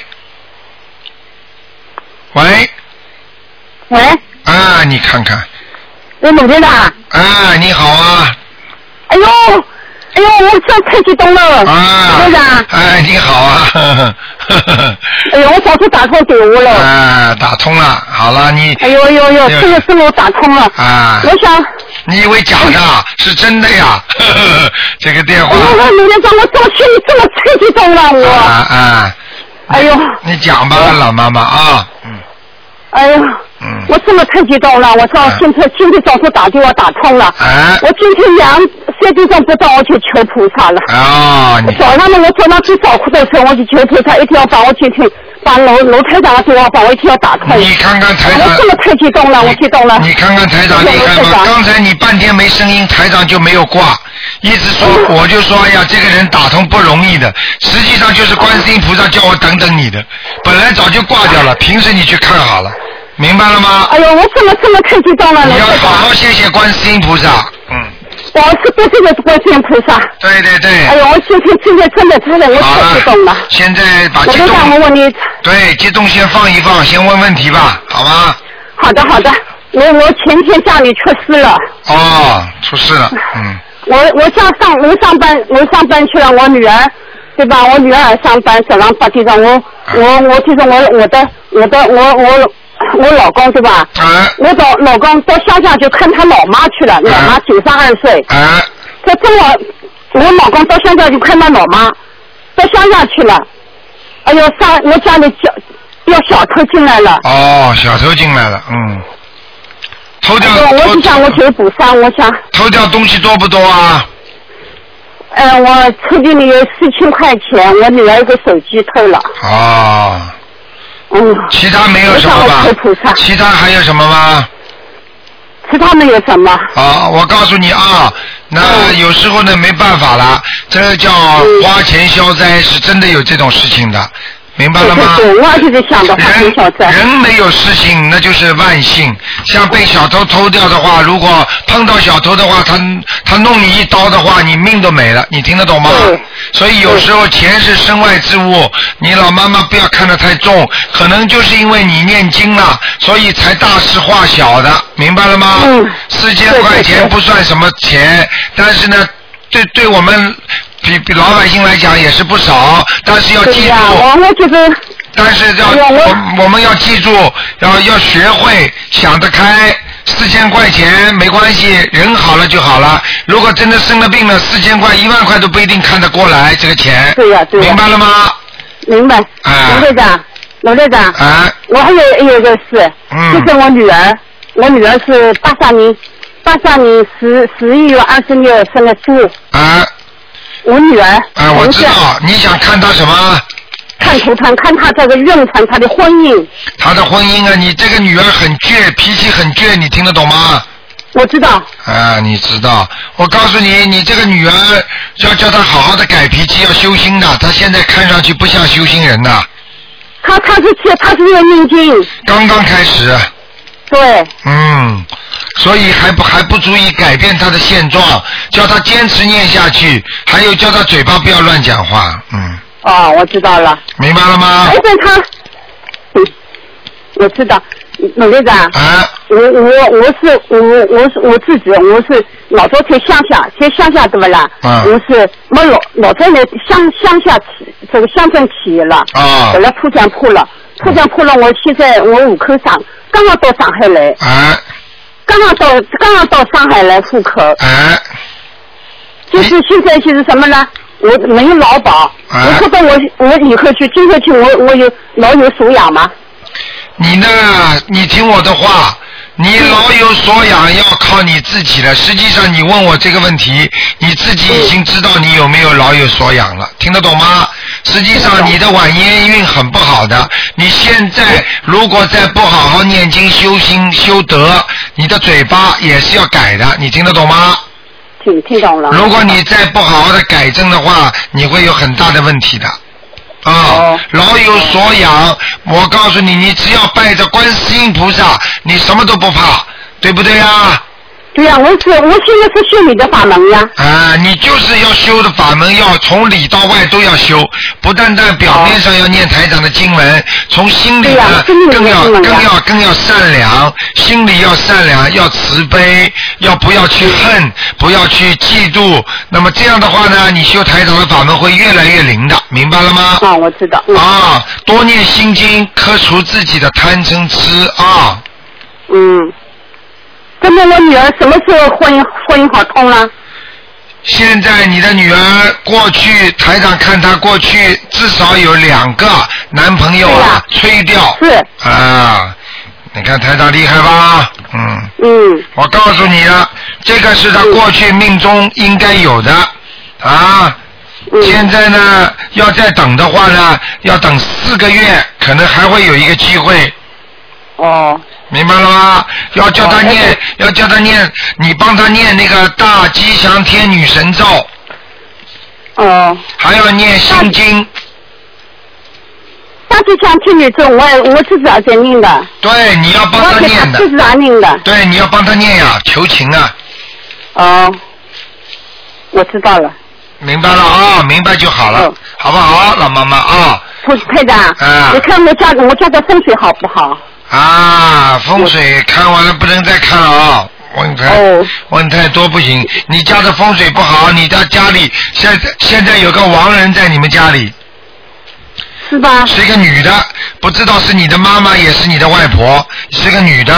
喂， 喂。 啊，你看看。 喂，鲁队长。 啊，你好啊。 哎呦，哎呦，我这太激动了。 啊。 队长。 哎，你好啊。呵呵呵呵哎呦，我早就打通给我了。 啊，打通了，好了，你。 哎呦呦呦，这个是我打通了。 啊。 我想。 你以为假的？是真的呀！呵呵这个电话。 哎呦，鲁队长，我怎么心里这么太激动了？我。 啊啊。 哎呦。 你讲吧，老妈妈啊。嗯。 哎呀。 嗯。 我真的太激动了！我说今天今天早上打电话打通了。 啊。 我今天两三点钟不到，我去求菩萨了。 哦，你。 早上呢，我早上去找苦的时候，我去求菩萨，一定要把我今天把楼楼台长的电话把我一定要打通。 你看看台长。 我真的太激动了，我激动了。 你看看台长厉害吗？刚才你半天没声音，台长就没有挂，一直说，我就说，哎呀，这个人打通不容易的，实际上就是观世音菩萨叫我等等你的，本来早就挂掉了，平时你去看好了。明白了吗？ 哎呦，我真的真的太激动了！ 你要好好谢谢观世音菩萨，嗯。 我是多谢的观世音菩萨。 对对对。 哎呦，我今天今天真的真的我太激动了。 现在把激动。 我想问问你。 对，激动先放一放，先问问题吧，好吗？ 好的好的，我我前天家里出事了。 哦，出事了，嗯。 我我家上我上班我上班去了，我女儿。对吧？我女儿上班，早上八点钟，我我我就是我我的我的我我我老公对吧？ 啊。 我的老公到乡下去看他老妈去了，老妈九十二岁。 啊。 这正好，我老公到乡下去看他老妈，到乡下去了。哎呦，上我家里小要小偷进来了。 哦，小偷进来了，嗯。偷掉。 哎、我就想我求补偿，我想。 偷掉东西多不多啊？ 呃，我抽屉里有四千块钱，我女儿一个手机偷了。 哦。 嗯。 其他没有什么吧？其他还有什么吗？ 其他没有什么。 啊，我告诉你啊，那有时候呢没办法了，这个叫花钱消灾，是真的有这种事情的。明白了吗？ 对对对，我就是想的花钱消灾。 人没有事情，那就是万幸。像被小偷偷掉的话，如果碰到小偷的话，他他弄你一刀的话，你命都没了。你听得懂吗？所以有时候钱是身外之物，你老妈妈不要看得太重，可能就是因为你念经了，所以才大事化小的，明白了吗？ 嗯。 四千块钱不算什么钱，但是呢，对对我们。比比老百姓来讲也是不少，但是要记住。 我我觉得。 但是要我我们要记住，要要学会想得开。四千块钱没关系，人好了就好了。如果真的生了病了，四千块、一万块都不一定看得过来这个钱。 对呀、啊、对呀、啊。 明白了吗？ 明白。 啊。 林队长， 罗队长。 啊。 我还有有一个事， 嗯。 就是我女儿，我女儿是八三年，八三年十十一月二十六生的猪。 啊。 我女儿。 啊，我知道，你想看她什么？ 看图腾，看她这个运程，她的婚姻。 她的婚姻啊，你这个女儿很倔，脾气很倔，你听得懂吗？ 我知道。 啊，你知道？我告诉你，你这个女儿要叫她好好的改脾气，要修心的。她现在看上去不像修心人呐。 她她是去，她是要念经。 刚刚开始。 对。 嗯，所以还不还不足以改变她的现状，叫她坚持念下去，还有叫她嘴巴不要乱讲话。嗯。 哦，我知道了。 明白了吗？ 而且她，嗯，我知道。鲁队长， 啊， 我我我是我我是我自己，我是老早在乡下，在乡下怎么了？ 啊， 我是我老老在那乡乡下起这个乡镇企业了， 啊， 后来出江坡了，出江坡了，我现在我户口上刚刚到上海来， 啊， 刚刚到刚刚到上海来户口， 啊， 就是现在就是什么呢？我没有劳保， 啊， 我觉得我我以后去今后去我我有老有所养吗？ 你呢？你听我的话，你老有所养要靠你自己的。实际上，你问我这个问题，你自己已经知道你有没有老有所养了，听得懂吗？实际上，你的晚年运很不好的。你现在如果再不好好念经、修心、修德，你的嘴巴也是要改的，你听得懂吗？ 听听懂了。 如果你再不好好的改正的话，你会有很大的问题的。啊、哦，老有所养，我告诉你，你只要拜着观世音菩萨，你什么都不怕，对不对呀？ 对呀、啊，我是我现在是修你的法门呀。 啊，你就是要修的法门，要从里到外都要修，不单单表面上要念台长的经文，从心里呢、啊、更要更要更要善良，心里要善良，要慈悲，要不要去恨，不要去嫉妒。那么这样的话呢，你修台长的法门会越来越灵的，明白了吗？ 啊，我知道。嗯、 啊，多念心经，克除自己的贪嗔痴啊。 嗯。那么我女儿什么时候婚姻婚姻好通了？ 现在你的女儿过去台长看她过去至少有两个男朋友啊，吹掉。 是。 啊，你看台长厉害吧？嗯。 嗯。 我告诉你了，这个是她过去命中应该有的啊。嗯。现在呢，要再等的话呢，要等四个月，可能还会有一个机会。 哦。 明白了吗？要叫他念，哦、要叫他念，你帮他念那个大吉祥天女神咒。 哦。 还要念心经。 大吉祥天女咒，我我自己也在念的。 对，你要帮他念的。 我自己也念的。 对，你要帮他念呀，求情啊。 哦。我知道了。 明白了啊、哦，明白就好了，哦、好不好，老妈妈啊？ 不是太长。啊。你看我家我家的风水好不好？ 啊，风水看完了不能再看了啊！问太、哦、问太多不行。你家的风水不好，你的家里现在现在有个亡人在你们家里， 是吧？ 是一个女的，不知道是你的妈妈也是你的外婆，是个女的，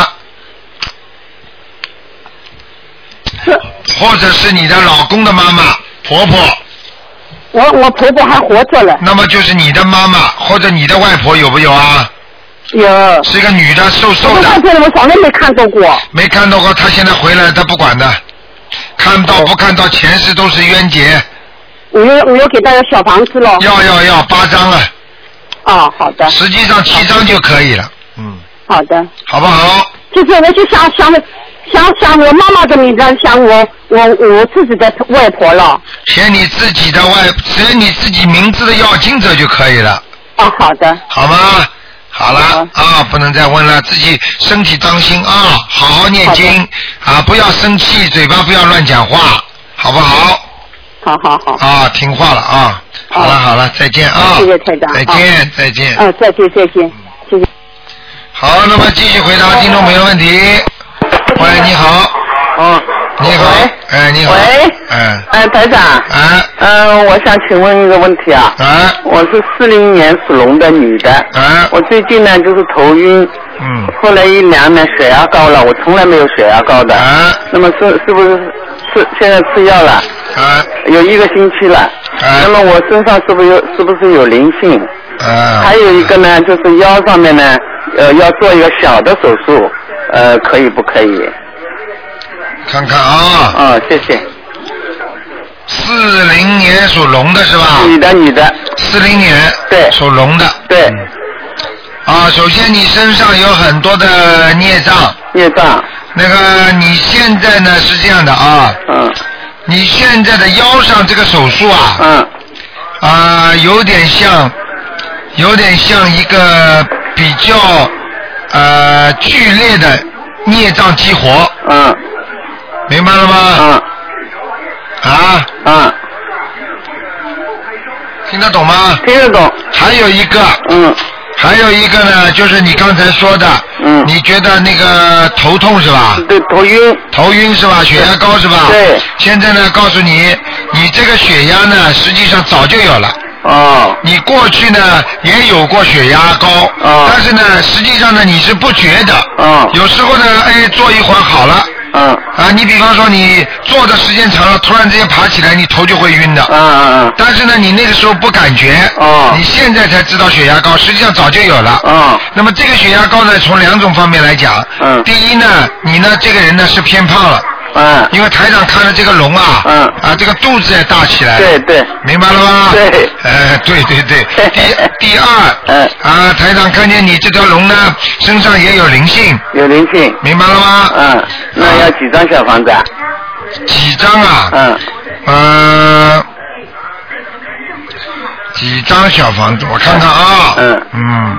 或者是你的老公的妈妈婆婆。 我我婆婆还活着了。 那么就是你的妈妈或者你的外婆有没有啊？ 有， 是一个女的，瘦瘦的。 我外婆我从来没看到过。 没看到过，她现在回来，她不管的，看到不看到，前世都是冤结。 我要我要给大家小房子了。 要要要八张了。 哦，好的。 实际上七张就可以了。嗯。 好的。 好不好？ 就是我就想想想想我妈妈的名字，想我我我自己的外婆了。 写你自己的外，写你自己名字的要经者就可以了。 哦，好的。 好吗？好了啊，不能再问了，自己身体当心啊，好好念经啊，不要生气，嘴巴不要乱讲话，好不好？ 好好好。 啊，听话了啊，好了好了，再见啊， 谢谢台长， 再见再见。 嗯，再见再见，谢谢。 好，那么继续回答听众朋友问题。喂，你好。 嗯。 你好。哎，你好。 喂。 嗯。 哎，台长。 啊。 嗯，我想请问一个问题啊。 啊。 我是四零年属龙的女的。 啊。 我最近呢就是头晕。 嗯。 后来一量呢血压高了，我从来没有血压高的。 啊。 那么是是不是吃现在吃药了？ 啊。 有一个星期了。啊。那么我身上是不是有是不是有灵性？ 啊。 还有一个呢，就是腰上面呢，呃，要做一个小的手术，呃，可以不可以？ 看看啊。 哦，谢谢。 四零年属龙的是吧？ 女的，女的。 四零年。 对。 属龙的。 对。 嗯啊，首先你身上有很多的孽障。 孽障。 那个你现在呢是这样的啊。 嗯。 你现在的腰上这个手术啊。 嗯。 啊，有点像，有点像一个比较呃剧烈的孽障激活。 嗯。 明白了吗？ 嗯。 啊。 嗯。 听得懂吗？ 听得懂。 还有一个。 嗯。 还有一个呢，就是你刚才说的， 嗯， 你觉得那个头痛是吧？ 对，头晕。 头晕是吧？血压高是吧？ 对。 现在呢，告诉你，你这个血压呢，实际上早就有了。 哦。 你过去呢也有过血压高， 哦， 但是呢，实际上呢你是不觉得。 哦。 有时候呢，哎，坐一会儿好了。 嗯。 啊，你比方说你坐的时间长了，突然之间爬起来，你头就会晕的。 嗯嗯嗯。 但是呢，你那个时候不感觉。 哦。 你现在才知道血压高，实际上早就有了。 哦。 那么这个血压高呢，从两种方面来讲。 嗯。 第一呢，你呢这个人呢是偏胖了。 嗯。 因为台长看了这个龙啊。 嗯。 啊，这个肚子也大起来了。 对对。 明白了吗？ 对。 呃，对对对。第第二。 嗯。 啊，台长看见你这条龙呢，身上也有灵性。 有灵性。 明白了吗？ 嗯。那要几张小房子啊？ 几张啊？ 嗯。 呃。几张小房子？我看看啊。 嗯。 嗯。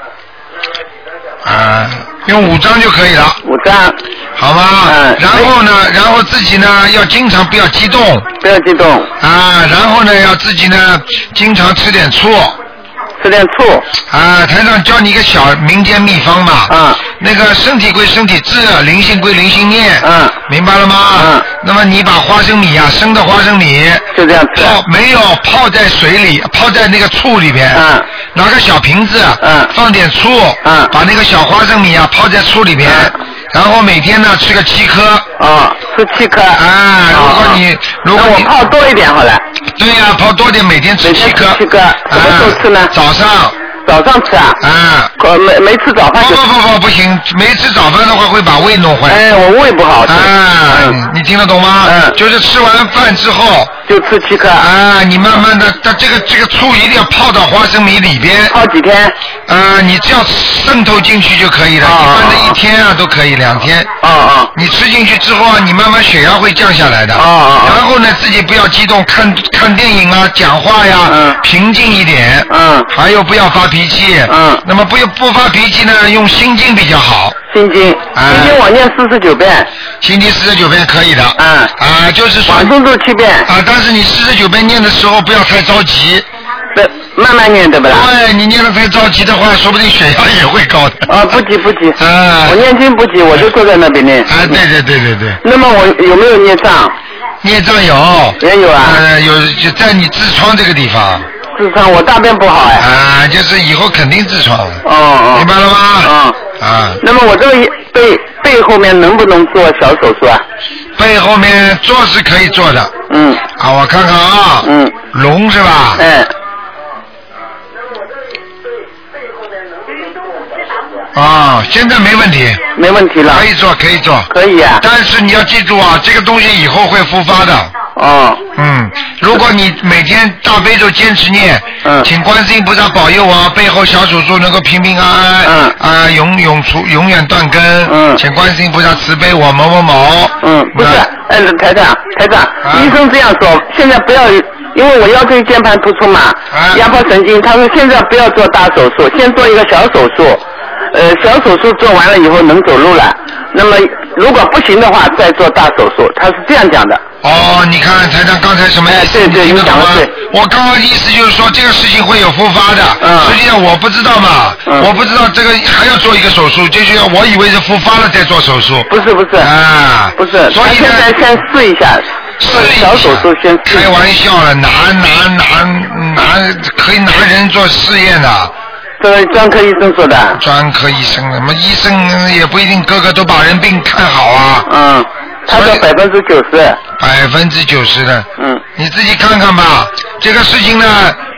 啊，用五张就可以了。 五张。 好吗？ 嗯。 然后呢，然后自己呢要经常不要激动。 不要激动。 啊，然后呢要自己呢经常吃点醋。 吃点醋。 啊，台长教你一个小民间秘方嘛。 嗯。 那个身体归身体治，灵性归灵性念。 嗯。 明白了吗？ 嗯。 那么你把花生米啊，生的花生米。 就这样吃。 泡没有泡在水里，泡在那个醋里边。 嗯。 拿个小瓶子。 嗯。 放点醋。 嗯。 把那个小花生米啊泡在醋里边。 嗯。 然后每天呢吃个七颗。 啊，吃七颗。 啊，如果你如果你那我泡多一点好了。 对呀，泡多点，每天吃七颗。 七颗。什么时候吃呢？ 早上。 早上吃啊？ 啊。 可没没吃早饭就。 不不不不不行，没吃早饭的话会把胃弄坏。 哎，我胃不好。 啊，你听得懂吗？嗯。就是吃完饭之后。 就吃七颗。 啊，你慢慢的，它这个这个醋一定要泡到花生米里边。 泡几天？ 啊，你只要渗透进去就可以了。一般的一天啊都可以，两天。 啊啊。 你吃进去之后啊，你慢慢血压会降下来的。 啊啊。 然后呢，自己不要激动，看看电影啊，讲话呀， 嗯， 平静一点。 嗯。 还有不要发脾气。 嗯。 那么不不发脾气呢，用心经比较好。 心经。心经我念四十九遍。 心经四十九遍可以的。 嗯。 啊，就是说。 往生咒七遍。 啊，但是你四十九遍念的时候不要太着急。 对，慢慢念对不啦？ 对，你念的太着急的话，说不定血压也会高的。 啊，不急不急。 啊。 我念经不急，我就坐在那边念。 啊，对对对对对。 那么我有没有孽障？ 孽障有。 也有啊。 呃，有就在你痔疮这个地方。 痔疮，我大便不好哎。 啊，就是以后肯定痔疮。哦哦。 明白了吗？ 嗯。 啊。 那么我这个背背后面能不能做小手术啊？ 背后面做是可以做的。 嗯。 啊，我看看啊。 嗯。 龙是吧？ 哎。 啊，现在没问题。 没问题了。 可以做，可以做。 可以啊。 但是你要记住啊，这个东西以后会复发的。 哦。 嗯，如果你每天大悲咒坚持念， 嗯， 请观世音菩萨保佑我背后小手术能够平平安安， 嗯， 啊，永永除永远断根， 嗯， 请观世音菩萨慈悲我某某某。 嗯，不是，哎，台长，台长，啊，医生这样说，现在不要。因为我腰椎间盘突出嘛，啊，压迫神经，他说现在不要做大手术，先做一个小手术，呃，小手术做完了以后能走路了，那么如果不行的话再做大手术，他是这样讲的。 哦，你看台长刚才什么意思？ 对对，你讲的对。 我刚刚意思就是说这个事情会有复发的，嗯，实际上我不知道嘛，嗯，我不知道这个还要做一个手术，就是要我以为是复发了再做手术。 不是不是。啊。不是。 所以呢，现在先试一下。 试一下。小手术先试。 开玩笑了，拿拿拿拿，可以拿人做试验的。 这个专科医生说的。 专科医生，什么医生也不一定个个都把人病看好啊。 嗯。他说百分之九十。 百分之九十的。 嗯。 你自己看看吧，这个事情呢，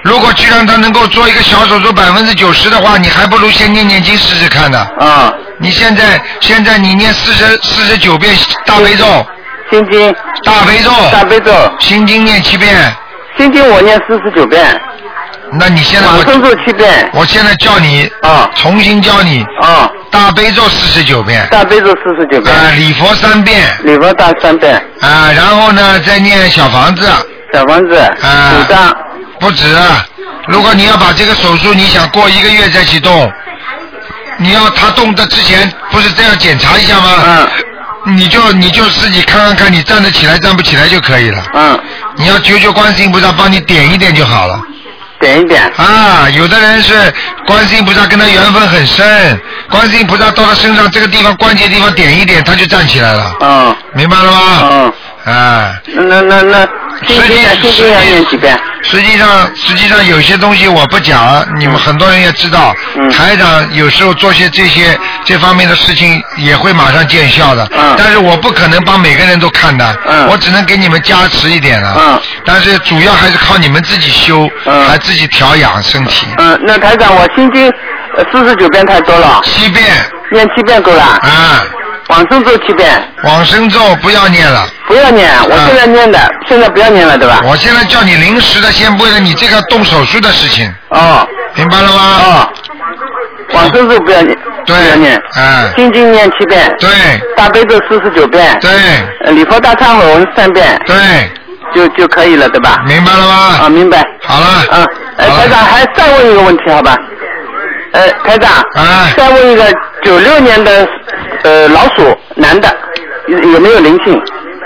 如果去让他能够做一个小手术百分之九十的话，你还不如先念念经试试看呢。 啊。 你现在现在你念四十四十九遍大悲咒。 心经。 大悲咒。 大悲咒。 心经念七遍。 心经我念四十九遍。 那你现在我往生咒七遍。 我现在叫你啊， 重新教你啊， 大悲咒四十九遍。 大悲咒四十九遍。 啊，礼佛三遍。 礼佛大三遍。 啊，然后呢再念小房子。 小房子。 啊。 五张。 不止，如果你要把这个手术，你想过一个月再去动，你要他动的之前不是这样检查一下吗？嗯。你就你就自己看看看，你站得起来站不起来就可以了。 嗯。 你要求求观世音菩萨帮你点一点就好了。 点一点。 啊，有的人是观世音菩萨跟他缘分很深，观世音菩萨到他身上这个地方关键地方点一点，他就站起来了。 嗯。 明白了吗？ 嗯。 啊。 那那那，实际实际要念几遍？ 实际上实际上有些东西我不讲，你们很多人也知道。嗯。台长有时候做些这些这方面的事情也会马上见效的。嗯。但是我不可能帮每个人都看的。嗯。我只能给你们加持一点了。嗯。但是主要还是靠你们自己修，嗯，还自己调养身体。 嗯，那台长，我心经四十九遍太多了。 七遍。 念七遍够了。 啊。 往生咒七遍。 往生咒不要念了。 不要念，我现在念的，嗯、现在不要念了，对吧？ 我现在叫你临时的，先为了你这个动手术的事情。 哦。 明白了吗？ 哦。往生咒不要念。 对。 不要念。 嗯。 心经念七遍。 对。 大悲咒四十九遍。 对。 呃，礼佛大忏悔文三遍。 对。 就就可以了，对吧？ 明白了吗？ 啊，明白。 好了。 嗯。呃，台长还再问一个问题，好吧？呃，台长。 啊。 再问一个九六年的呃老鼠男的，有有没有灵性？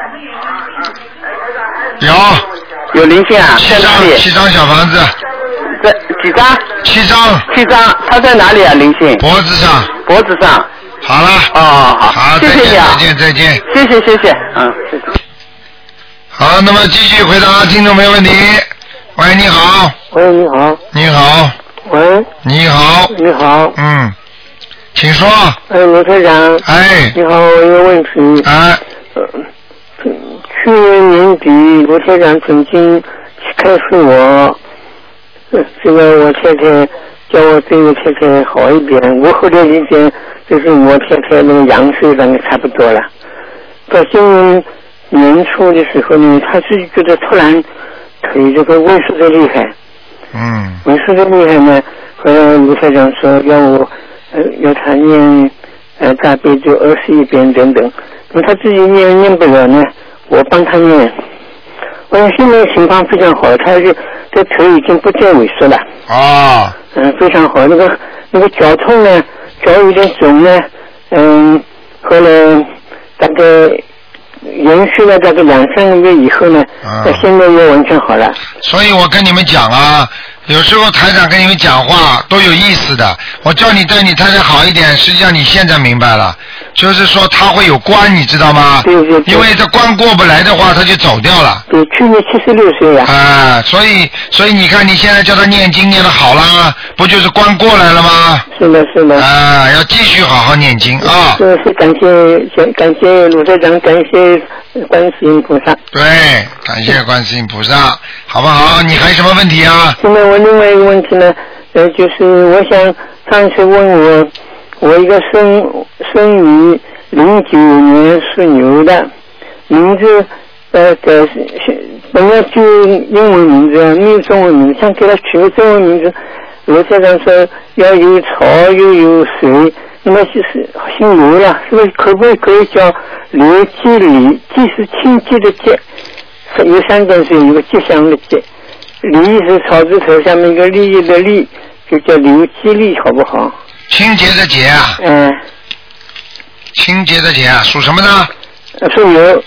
有。 有灵性啊？ 七张，七张小房子。 在几张？ 七张。 七张，他在哪里啊？灵性？ 脖子上。 脖子上。 好了。 哦，好。 好， 谢谢你啊。 再见，再见。 谢谢，谢谢，嗯，谢谢。 好，那么继续回答听众没问题。喂，你好。 喂，你好。 你好。 喂。 你好。 你好。 嗯，请说。 哎，罗台长。 哎。 你好，我有个问题。 哎。 呃，去年年底，罗台长曾经开示我，呃，这个我太太叫我对我太太好一点。我后来理解，就是我太太那个阳寿大概差不多了。到今年年初的时候呢，她自己觉得突然腿这个萎缩的厉害。 嗯。 萎缩的厉害呢，后来卢台长说要我呃要她念呃大悲咒二十一遍等等，那她自己念念不了呢，我帮她念。我想现在情况非常好，她是这腿已经不再萎缩了。 哦。 嗯，非常好。那个那个脚痛呢，脚有点肿呢，嗯，后来大概延续了大概两三个月以后呢，到、嗯、现在又完全好了。 所以我跟你们讲啊，有时候台长跟你们讲话都有意思的。我叫你对你太太好一点，实际上你现在明白了，就是说他会有关，你知道吗？ 对对对。 因为这关过不来的话，他就走掉了。 对，去年七十六岁呀。 啊，所以所以你看你现在叫他念经念得好了，不就是关过来了吗？ 是的，是的。 啊，要继续好好念经啊。 是是，感谢感谢卢台长，感谢观世音菩萨。 对，感谢观世音菩萨，好不好？你还有什么问题啊？ 现在我另外一个问题呢，呃，就是我想上次问我，我一个生生于零九年属牛的，名字呃的本来就英文名字，没有中文名字，想给他取个中文名字。罗先生说要有草又有水，那么就是姓刘了，是不是可不可以可以叫刘基礼？既是清洁的洁，有三点水，有个吉祥的吉。李是草字头下面一个利益的利，就叫刘基利，好不好？ 清洁的洁啊。 嗯。 清洁的洁啊，属什么呢？ 属牛。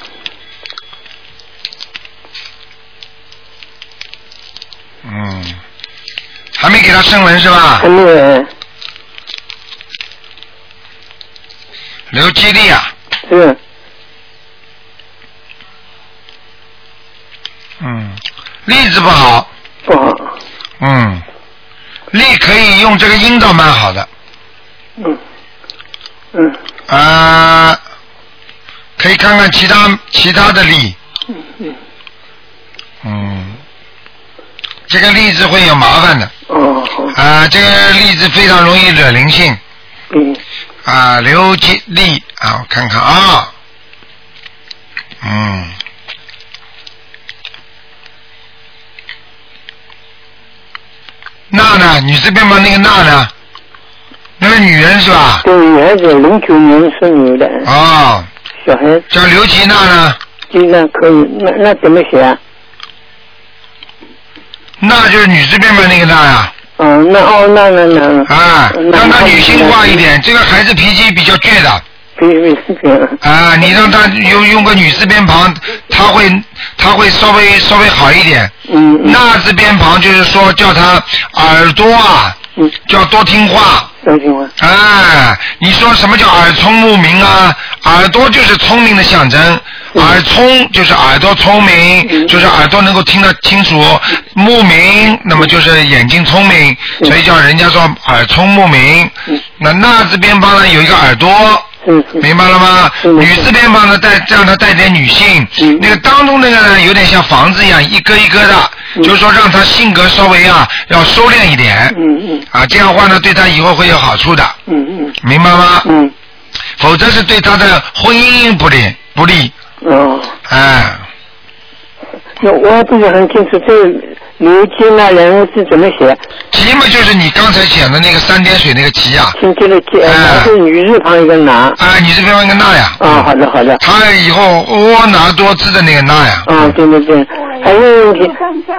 嗯。还没给他生文是吧？ 还没有。 刘基利啊。 是。 嗯。例子不好。 不好。 嗯。力可以用这个阴道蛮好的。 嗯。嗯。 啊、呃，可以看看其他其他的力。 嗯嗯。 嗯。 这个例子会有麻烦的。 哦。 啊，这个例子非常容易惹灵性。 嗯。 啊，刘吉利啊，我看看啊。嗯。娜呢？女字边旁那个娜呢？那个女人是吧？ 对，女孩子，零九年属牛的。 哦。 小孩子。 叫刘吉娜呢？ 吉娜可以，那那怎么写啊？ 那就是女字边旁那个娜呀。 哦，那哦，那那那。 啊，让她女性化一点。这个孩子脾气比较倔的。啊，你让他用用个女字边旁，他会他会稍微稍微好一点。 嗯。 那字边旁就是说叫他耳朵啊， 嗯， 就要多听话。 多听话。 哎，你说什么叫耳聪目明啊？耳朵就是聪明的象征， 嗯、 耳聪就是耳朵聪明，嗯、就是耳朵能够听得清楚。目明，那么就是眼睛聪明，嗯、所以叫人家说耳聪目明。嗯、那那字边旁呢有一个耳朵。 嗯， 明白了吗？ 嗯、 女字边旁呢，带让它带点女性。嗯、那个当中那个呢，有点像房子一样，一个一个的，嗯、就是说让她性格稍微啊要收敛一点。 嗯嗯。 啊，这样的话呢，对她以后会有好处的。 嗯嗯。 明白吗？ 嗯。 否则是对她的婚姻不利不利。 哦。 哎。 那我不是很清楚这个刘吉那两个字怎么写？ 吉嘛就是你刚才写的那个三点水那个吉啊。 听这个吉，拿是女字旁一个拿。 啊，女字旁一个那呀。 啊，好的好的。 他以后窝拿多字的那个那呀。 啊，对对对。还有问题。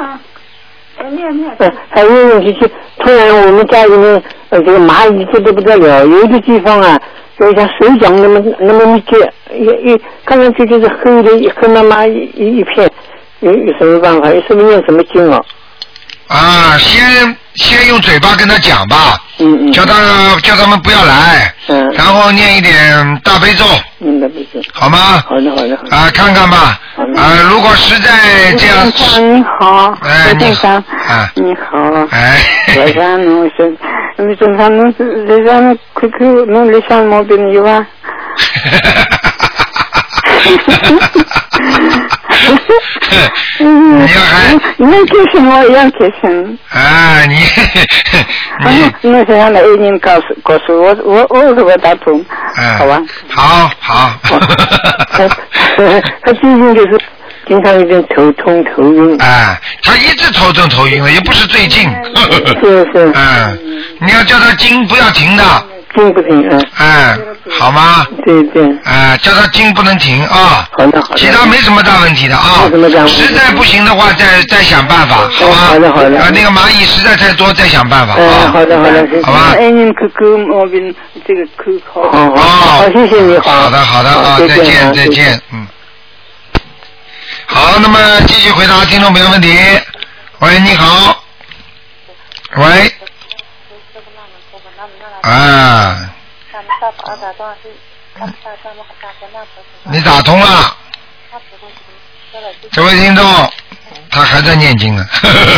嗯，还有问题是，突然我们家里面呃这个蚂蚁多得不得了，有的地方啊，就像手掌那么那么密集，一一看上去就是黑的黑麻麻一一一片。有有什么办法？有什么念什么经啊？ 啊，先先用嘴巴跟他讲吧， 嗯嗯， 叫他叫他们不要来， 嗯， 然后念一点大悲咒， 嗯，大悲咒， 好吗？ 好的好的。 啊，看看吧，啊，如果实在这样， 你好， 哎，你好， 啊，你好， 哎， 我想侬是，你正常侬是这样看看侬理想毛病有啊？ 你要还你能开心，我也开心。 啊，你你那这样的一人告诉告诉我，我我给我打通， 嗯， 好吧？ 好好。 他他最近就是经常有点头痛头晕。 哎，他一直头痛头晕了，也不是最近。 是是。 嗯，你要叫他经不要停的。 经不停，嗯。 哎，好吗？ 对对。 哎，叫他经不能停啊。 好的好的。 其他没什么大问题的啊。 没什么大问题。 实在不行的话，再再想办法，好吧？ 好的好的。 啊，那个蚂蚁实在太多，再想办法。 嗯，好的好的。 好吧。 哎，你口口毛病这个口好。 好好，谢谢你好。 好的好的啊，再见再见，嗯。好，那么继续回答听众朋友问题。喂，你好。喂。啊。你打通了。这位听众，他还在念经呢。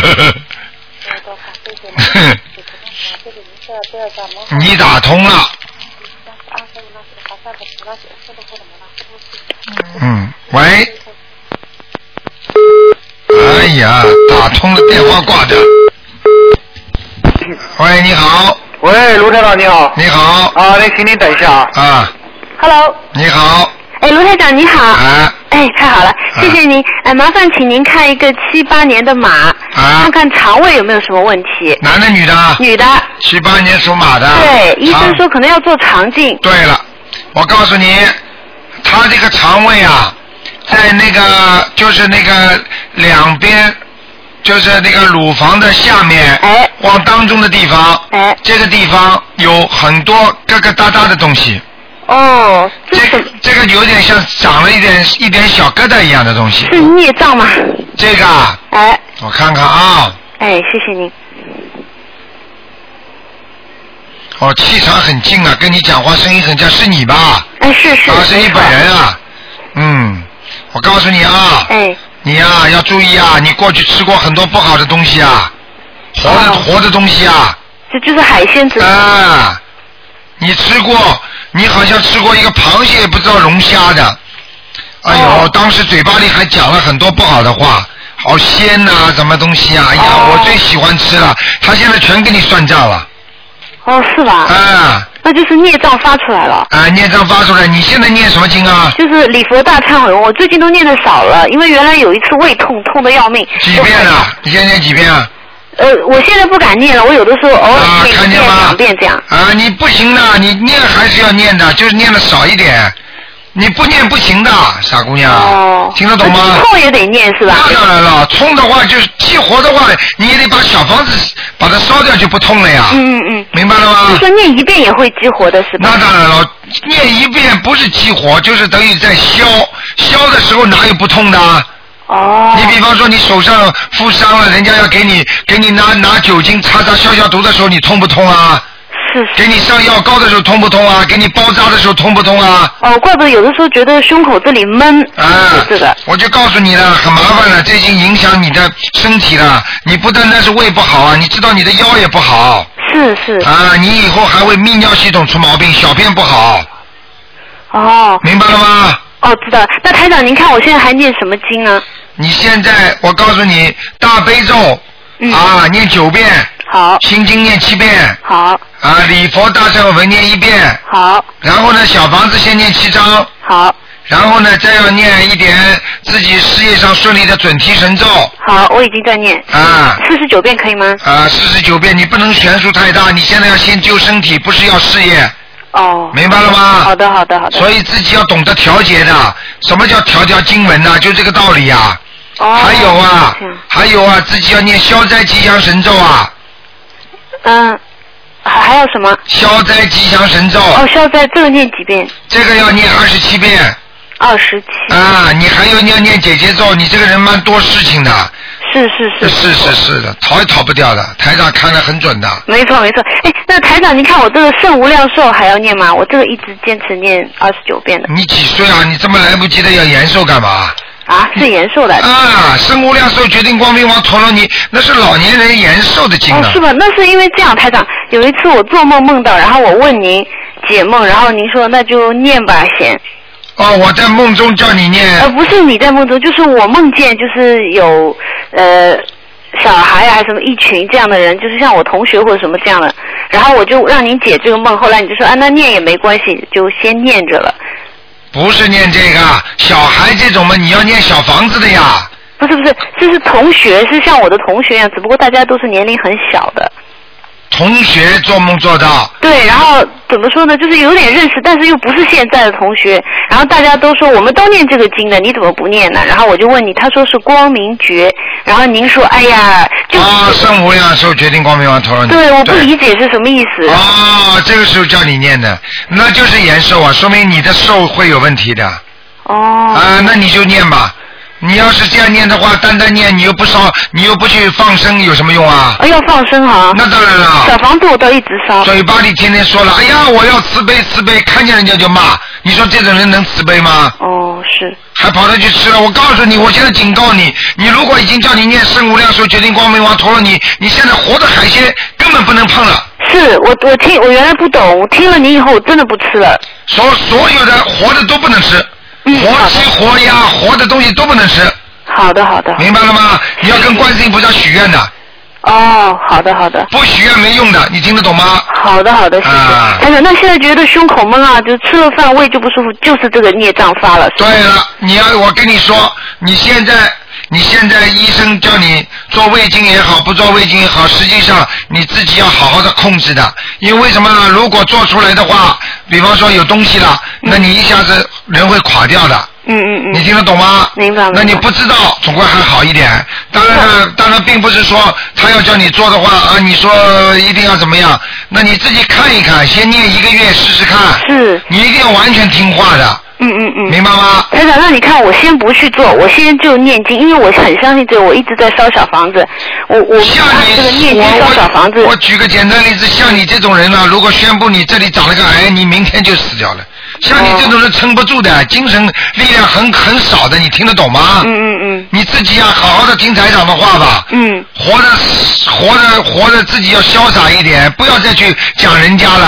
你打通了。嗯，喂。哎呀，打通了，电话挂着。喂，你好。 喂，卢台长你好。 你好。 啊，那请你等一下啊。 啊。 Hello。 你好。 哎，卢台长你好。 啊。 哎，太好了，谢谢您。哎，麻烦请您看一个七八年的马， 啊， 看看肠胃有没有什么问题。 男的女的？ 女的。 七八年属马的。 对，医生说可能要做肠镜。 对了，我告诉你，他这个肠胃啊，在那个就是那个两边。就是那个乳房的下面， 哎， 往当中的地方， 哎， 这个地方有很多疙疙瘩瘩的东西。 哦， 这个这个有点像长了一点一点小疙瘩一样的东西。 是孽障吗？ 这个啊， 哎， 我看看啊。 哎，谢谢您。 哦，气场很近啊，跟你讲话声音很像，是你吧？ 哎，是是。 啊，是你本人啊。嗯，我告诉你啊。 哎。 你呀、啊、要注意啊！你过去吃过很多不好的东西啊，活的、哦、活的东西啊。 这就是海鲜之类。 啊，你吃过？你好像吃过一个螃蟹，也不知道龙虾的。哎呦，哦、当时嘴巴里还讲了很多不好的话， 好鲜呐、啊，什么东西啊？哎呀，哦、我最喜欢吃了。他现在全给你算账了。 哦，是吧？ 啊。 那就是孽障发出来了。 啊，孽障发出来！你现在念什么经啊？ 就是礼佛大忏悔文，我最近都念的少了，因为原来有一次胃痛，痛的要命。 几遍啊？你现在念几遍啊？ 呃，我现在不敢念了，我有的时候偶尔念一遍、两遍这样。 啊，你不行的，你念还是要念的，就是念的少一点。你不念不行的，傻姑娘，哦、听得懂吗？ 痛也得念是吧？ 那当然了，痛的话就是激活的话，你也得把小房子把它烧掉，就不痛了呀。 嗯嗯嗯， 明白了吗？ 就说念一遍也会激活的是吧？ 那当然了，念一遍不是激活，就是等于在消，消的时候哪有不痛的？ 哦。 你比方说你手上负伤了，人家要给你给你拿拿酒精擦擦消消毒的时候，你痛不痛啊？ 是。 给你上药膏的时候痛不痛啊？给你包扎的时候痛不痛啊？ 哦，怪不得有的时候觉得胸口这里闷。 啊， 这个。 我就告诉你了，很麻烦了，这已经影响你的身体了。你不单单是胃不好啊，你知道你的腰也不好。 是是。 啊，你以后还会泌尿系统出毛病，小便不好。 哦。 明白了吗？ 哦，知道了。那台长，您看我现在还念什么经啊？ 你现在，我告诉你，大悲咒、嗯、啊，念九遍。 好。 心经念七遍。 好。 啊，礼佛大忏悔文念一遍。 好。 然后呢，小房子先念七章。 好。 然后呢，再要念一点自己事业上顺利的准提神咒。 好，我已经在念。 啊。 四十九遍可以吗？ 啊，四十九遍，你不能悬殊太大，你现在要先救身体，不是要事业。 哦。 明白了吗？ 好的，好的，好的。 所以自己要懂得调节的。什么叫调调经文呢、啊？就这个道理啊。 哦。 还有啊，还有啊，自己要念消灾吉祥神咒啊。 嗯。还还有什么？ 消灾吉祥神咒。 哦，消灾这个念几遍？ 这个要念二十七遍。 二十七。 啊，你还有你要念姐姐咒，你这个人蛮多事情的。 是是是。 是是是的，逃也逃不掉的，台长看得很准的。 没错没错，哎，那台长，您看我这个圣无量寿还要念吗？我这个一直坚持念二十九遍的。 你几岁啊？你这么来不及的要延寿干嘛？ 啊，是延寿的。 啊，圣无量寿决定光明王陀罗尼，那是老年人延寿的经啊。 哦，是吧？那是因为这样，台长，有一次我做梦梦到，然后我问您解梦，然后您说那就念吧先。 哦，我在梦中叫你念。 呃，不是你在梦中，就是我梦见就是有呃小孩啊，什么一群这样的人，就是像我同学或者什么这样的，然后我就让您解这个梦，后来你就说啊，那念也没关系，就先念着了。 不是念这个小孩这种嘛，你要念小房子的呀。 不是不是，这是同学，是像我的同学一样，只不过大家都是年龄很小的。 同学做梦做到。 对，然后怎么说呢，就是有点认识，但是又不是现在的同学。然后大家都说我们都念这个经的，你怎么不念呢？然后我就问你，他说是光明觉，然后您说，哎呀，就啊，圣无量寿决定光明王陀罗尼。 对，我不理解是什么意思。 哦，这个时候叫你念的，那就是延寿啊，说明你的寿会有问题的。 哦。 啊，那你就念吧。你要是这样念的话，单单念你又不烧，你又不去放生，有什么用啊？ 啊，要放生啊！ 那当然了。 小房子我都一直烧。 嘴巴里天天说了，哎呀，我要慈悲慈悲，看见人家就骂，你说这种人能慈悲吗？ 哦，是。 还跑着去吃了，我告诉你，我现在警告你，你如果已经叫你念圣无量寿决定光明王陀罗尼，你现在活的海鲜根本不能碰了。 是我我听我原来不懂，我听了你以后我真的不吃了。 所所有的活的都不能吃。活鸡活鸭活的东西都不能吃。 好的好的。 明白了吗？你要跟观世音菩萨许愿的。 哦，好的好的。 不许愿没用的，你听得懂吗？ 好的好的，谢谢。还有、啊，那现在觉得胸口闷啊，就吃了饭胃就不舒服，就是这个孽障发了。 对了，你要我跟你说，你现在你现在医生叫你做胃镜也好，不做胃镜也好，实际上你自己要好好的控制的。因为为什么呢？如果做出来的话，比方说有东西了，嗯、那你一下子人会垮掉的。 嗯嗯嗯。 你听得懂吗？ 明白。 那你不知道，总归还好一点。当然了，当然并不是说他要叫你做的话啊，你说一定要怎么样？那你自己看一看，先念一个月试试看。 是。 你一定要完全听话的。 嗯嗯嗯。 明白吗？ 台长，那你看我先不去做，我先就念经，因为我很相信这个，我一直在烧小房子。我我像你这个念经烧小房子。 我举个简单例子，像你这种人呢，如果宣布你这里长了个癌，你明天就死掉了。像你这种人撑不住的，精神力量很很少的，你听得懂吗？ 嗯嗯嗯。 你自己呀、啊，好好的听台长的话吧。 嗯。 活着活着活着，自己要潇洒一点，不要再去讲人家了。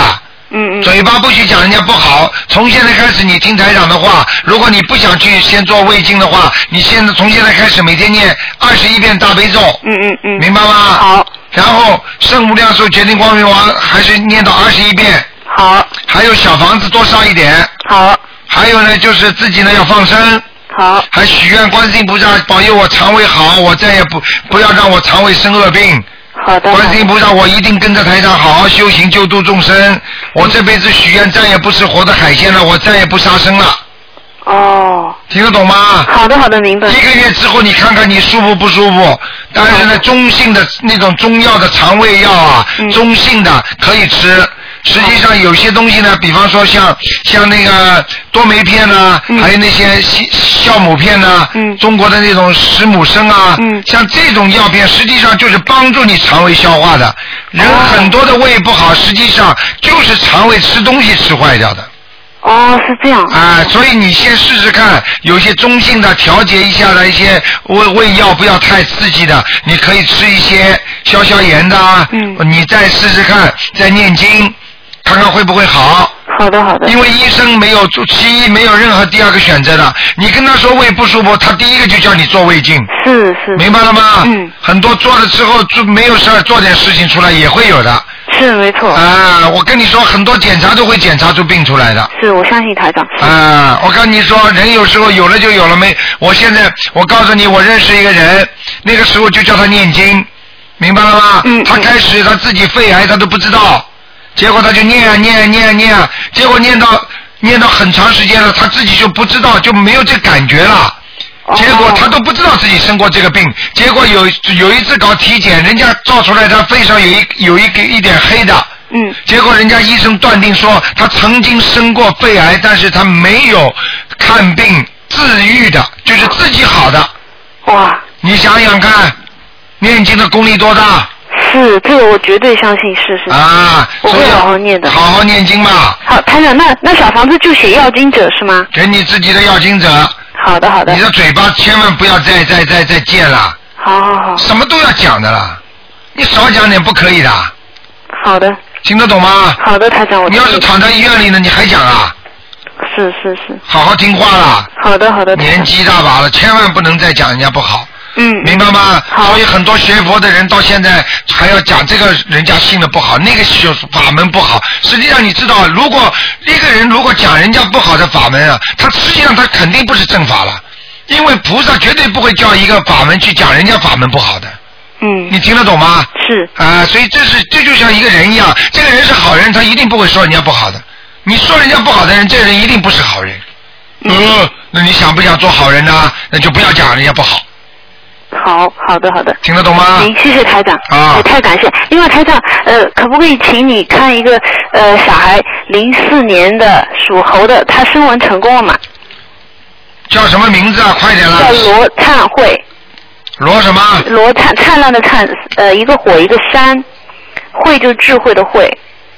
嗯嗯。 嘴巴不许讲人家不好。从现在开始，你听台长的话，如果你不想去先做胃镜的话，你现在从现在开始每天念二十一遍大悲咒。 嗯嗯嗯。 明白吗？ 好。 然后圣无量寿决定光明王还是念到二十一遍。 好。 还有小房子多烧一点。 好。 还有呢，就是自己呢要放生。 好。 还许愿观世音菩萨保佑我肠胃好，我再也不不要让我肠胃生恶病。 好的。 观世音菩萨，我一定跟着台上好好修行，救度众生。我这辈子许愿再也不吃活的海鲜了，我再也不杀生了。 哦。 听得懂吗？ 好的，好的，明白。 一个月之后，你看看你舒服不舒服？但是呢，中性的那种中药的肠胃药啊， 嗯、 中性的可以吃。实际上有些东西呢，比方说像像那个多酶片呐、啊嗯，还有那些酵母片呐、啊嗯，中国的那种十母生啊，嗯、像这种药片，实际上就是帮助你肠胃消化的。人很多的胃不好，实际上就是肠胃吃东西吃坏掉的。 哦，是这样。 啊，所以你先试试看，有些中性的调节一下的一些胃胃药，不要太刺激的，你可以吃一些消消炎的啊。嗯。你再试试看，再念经。看看会不会好？ 好的，好的。 因为医生没有，西医没有任何第二个选择的。你跟他说胃不舒服，他第一个就叫你做胃镜。 是是。 明白了吗？ 嗯。 很多做了之后就没有事儿，做点事情出来也会有的。 是没错。 啊，我跟你说，很多检查都会检查出病出来的。 是，我相信台长。 啊，我跟你说，人有时候有了就有了没。我现在，我告诉你，我认识一个人，那个时候就叫他念经，明白了吗？嗯。他开始他自己肺癌，他都不知道。结果他就念啊念啊念啊念啊，结果念到念到很长时间了，他自己就不知道，就没有这感觉了。结果他都不知道自己生过这个病。结果有有一次搞体检，人家照出来他肺上有一有一个一点黑的。 嗯。 结果人家医生断定说他曾经生过肺癌，但是他没有看病治愈的，就是自己好的。 哇！ 你想想看，念经的功力多大？ 是，这个我绝对相信，是是。 啊， 我会好好念的。 好好念经嘛。 好，台长，那那小房子就写要经者是吗？ 给你自己的要经者。 好的好的。 你的嘴巴千万不要再再再再贱了。 好好好。 什么都要讲的啦，你少讲点不可以的。 好的。 听得懂吗？ 好的，台长，我。 你要是躺在医院里呢，你还讲啊？ 是是是。 好好听话啦。 好的好的。 年纪大把了，千万不能再讲人家不好。 嗯， 明白吗？ 好。 所以很多学佛的人到现在还要讲这个人家信的不好，那个法门不好。实际上你知道，如果一个人如果讲人家不好的法门啊，他实际上他肯定不是正法了，因为菩萨绝对不会叫一个法门去讲人家法门不好的。 嗯。 你听得懂吗？ 是。 啊，所以这是这就像一个人一样，这个人是好人，他一定不会说人家不好的。你说人家不好的人，这个人一定不是好人。嗯。呃，那你想不想做好人呢？那就不要讲人家不好。 好好的好的， 听得懂吗？ 行，谢谢台长啊， 也太感谢。另外台长，呃，可不可以请你看一个呃小孩零四年的属猴的，他声纹成功了吗？ 叫什么名字啊？快点了。 叫罗灿慧。 罗什么？ 罗灿，灿烂的灿，呃，一个火一个山，慧就是智慧的慧。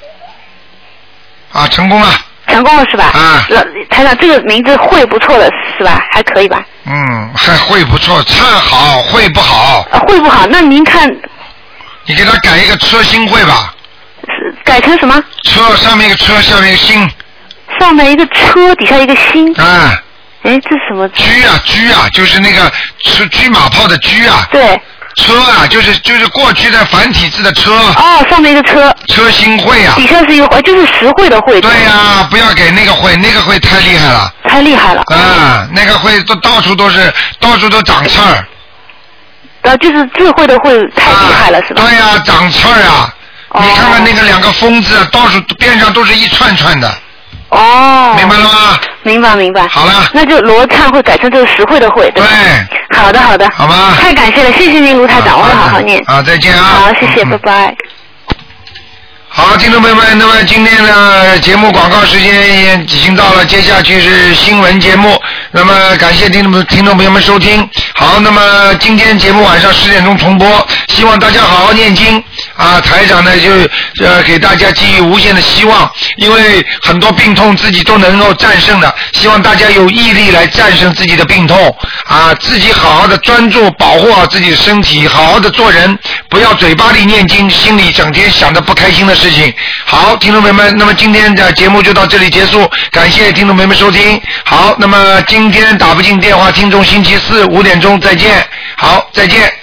啊，成功了。 成功了是吧？ 啊。 台长，这个名字慧不错的是吧？还可以吧？ 嗯，还会不错，灿好，会不好。 啊，会不好，那您看。 你给他改一个车星会吧。 是改成什么？ 车上面一个车，下面一个星。 上面一个车，底下一个星。 啊。 哎，这什么？ 车啊，车啊，就是那个车车马炮的车啊。 对。 车啊，就是就是过去的繁体字的车。 哦，上面一个车。 车星会啊。 底下是一个会，就是实惠的惠。 对呀、啊，不要给那个会，那个会太厉害了。 太厉害了。 啊，那个会都到处都是，到处都长刺儿。 啊，就是智慧的慧太厉害了， 啊、 是吧？ 对呀、啊，长刺儿啊！哦、你看看那个两个风字，到处边上都是一串串的。 哦。 明白了吗？ 明白明白。 好了。 那就罗灿会改成这个实惠的惠，对吧？ 对。 好的好的。 好吧。 太感谢了，谢谢您卢台长，我会好好念。 啊，再见啊。 好，谢谢，嗯、拜拜。 好，听众朋友们，那么今天的节目广告时间已经到了，接下去是新闻节目。那么感谢听众听众朋友们收听。好，那么今天节目晚上十点钟重播，希望大家好好念经啊。台长呢就呃给大家寄予无限的希望，因为很多病痛自己都能够战胜的，希望大家有毅力来战胜自己的病痛啊，自己好好的专注保护好自己的身体，好好的做人， 不要嘴巴里念经，心里整天想着不开心的事情。好，听众朋友们，那么今天的节目就到这里结束，感谢听众朋友们收听。好，那么今天打不进电话，听众星期四五点钟再见。好，再见。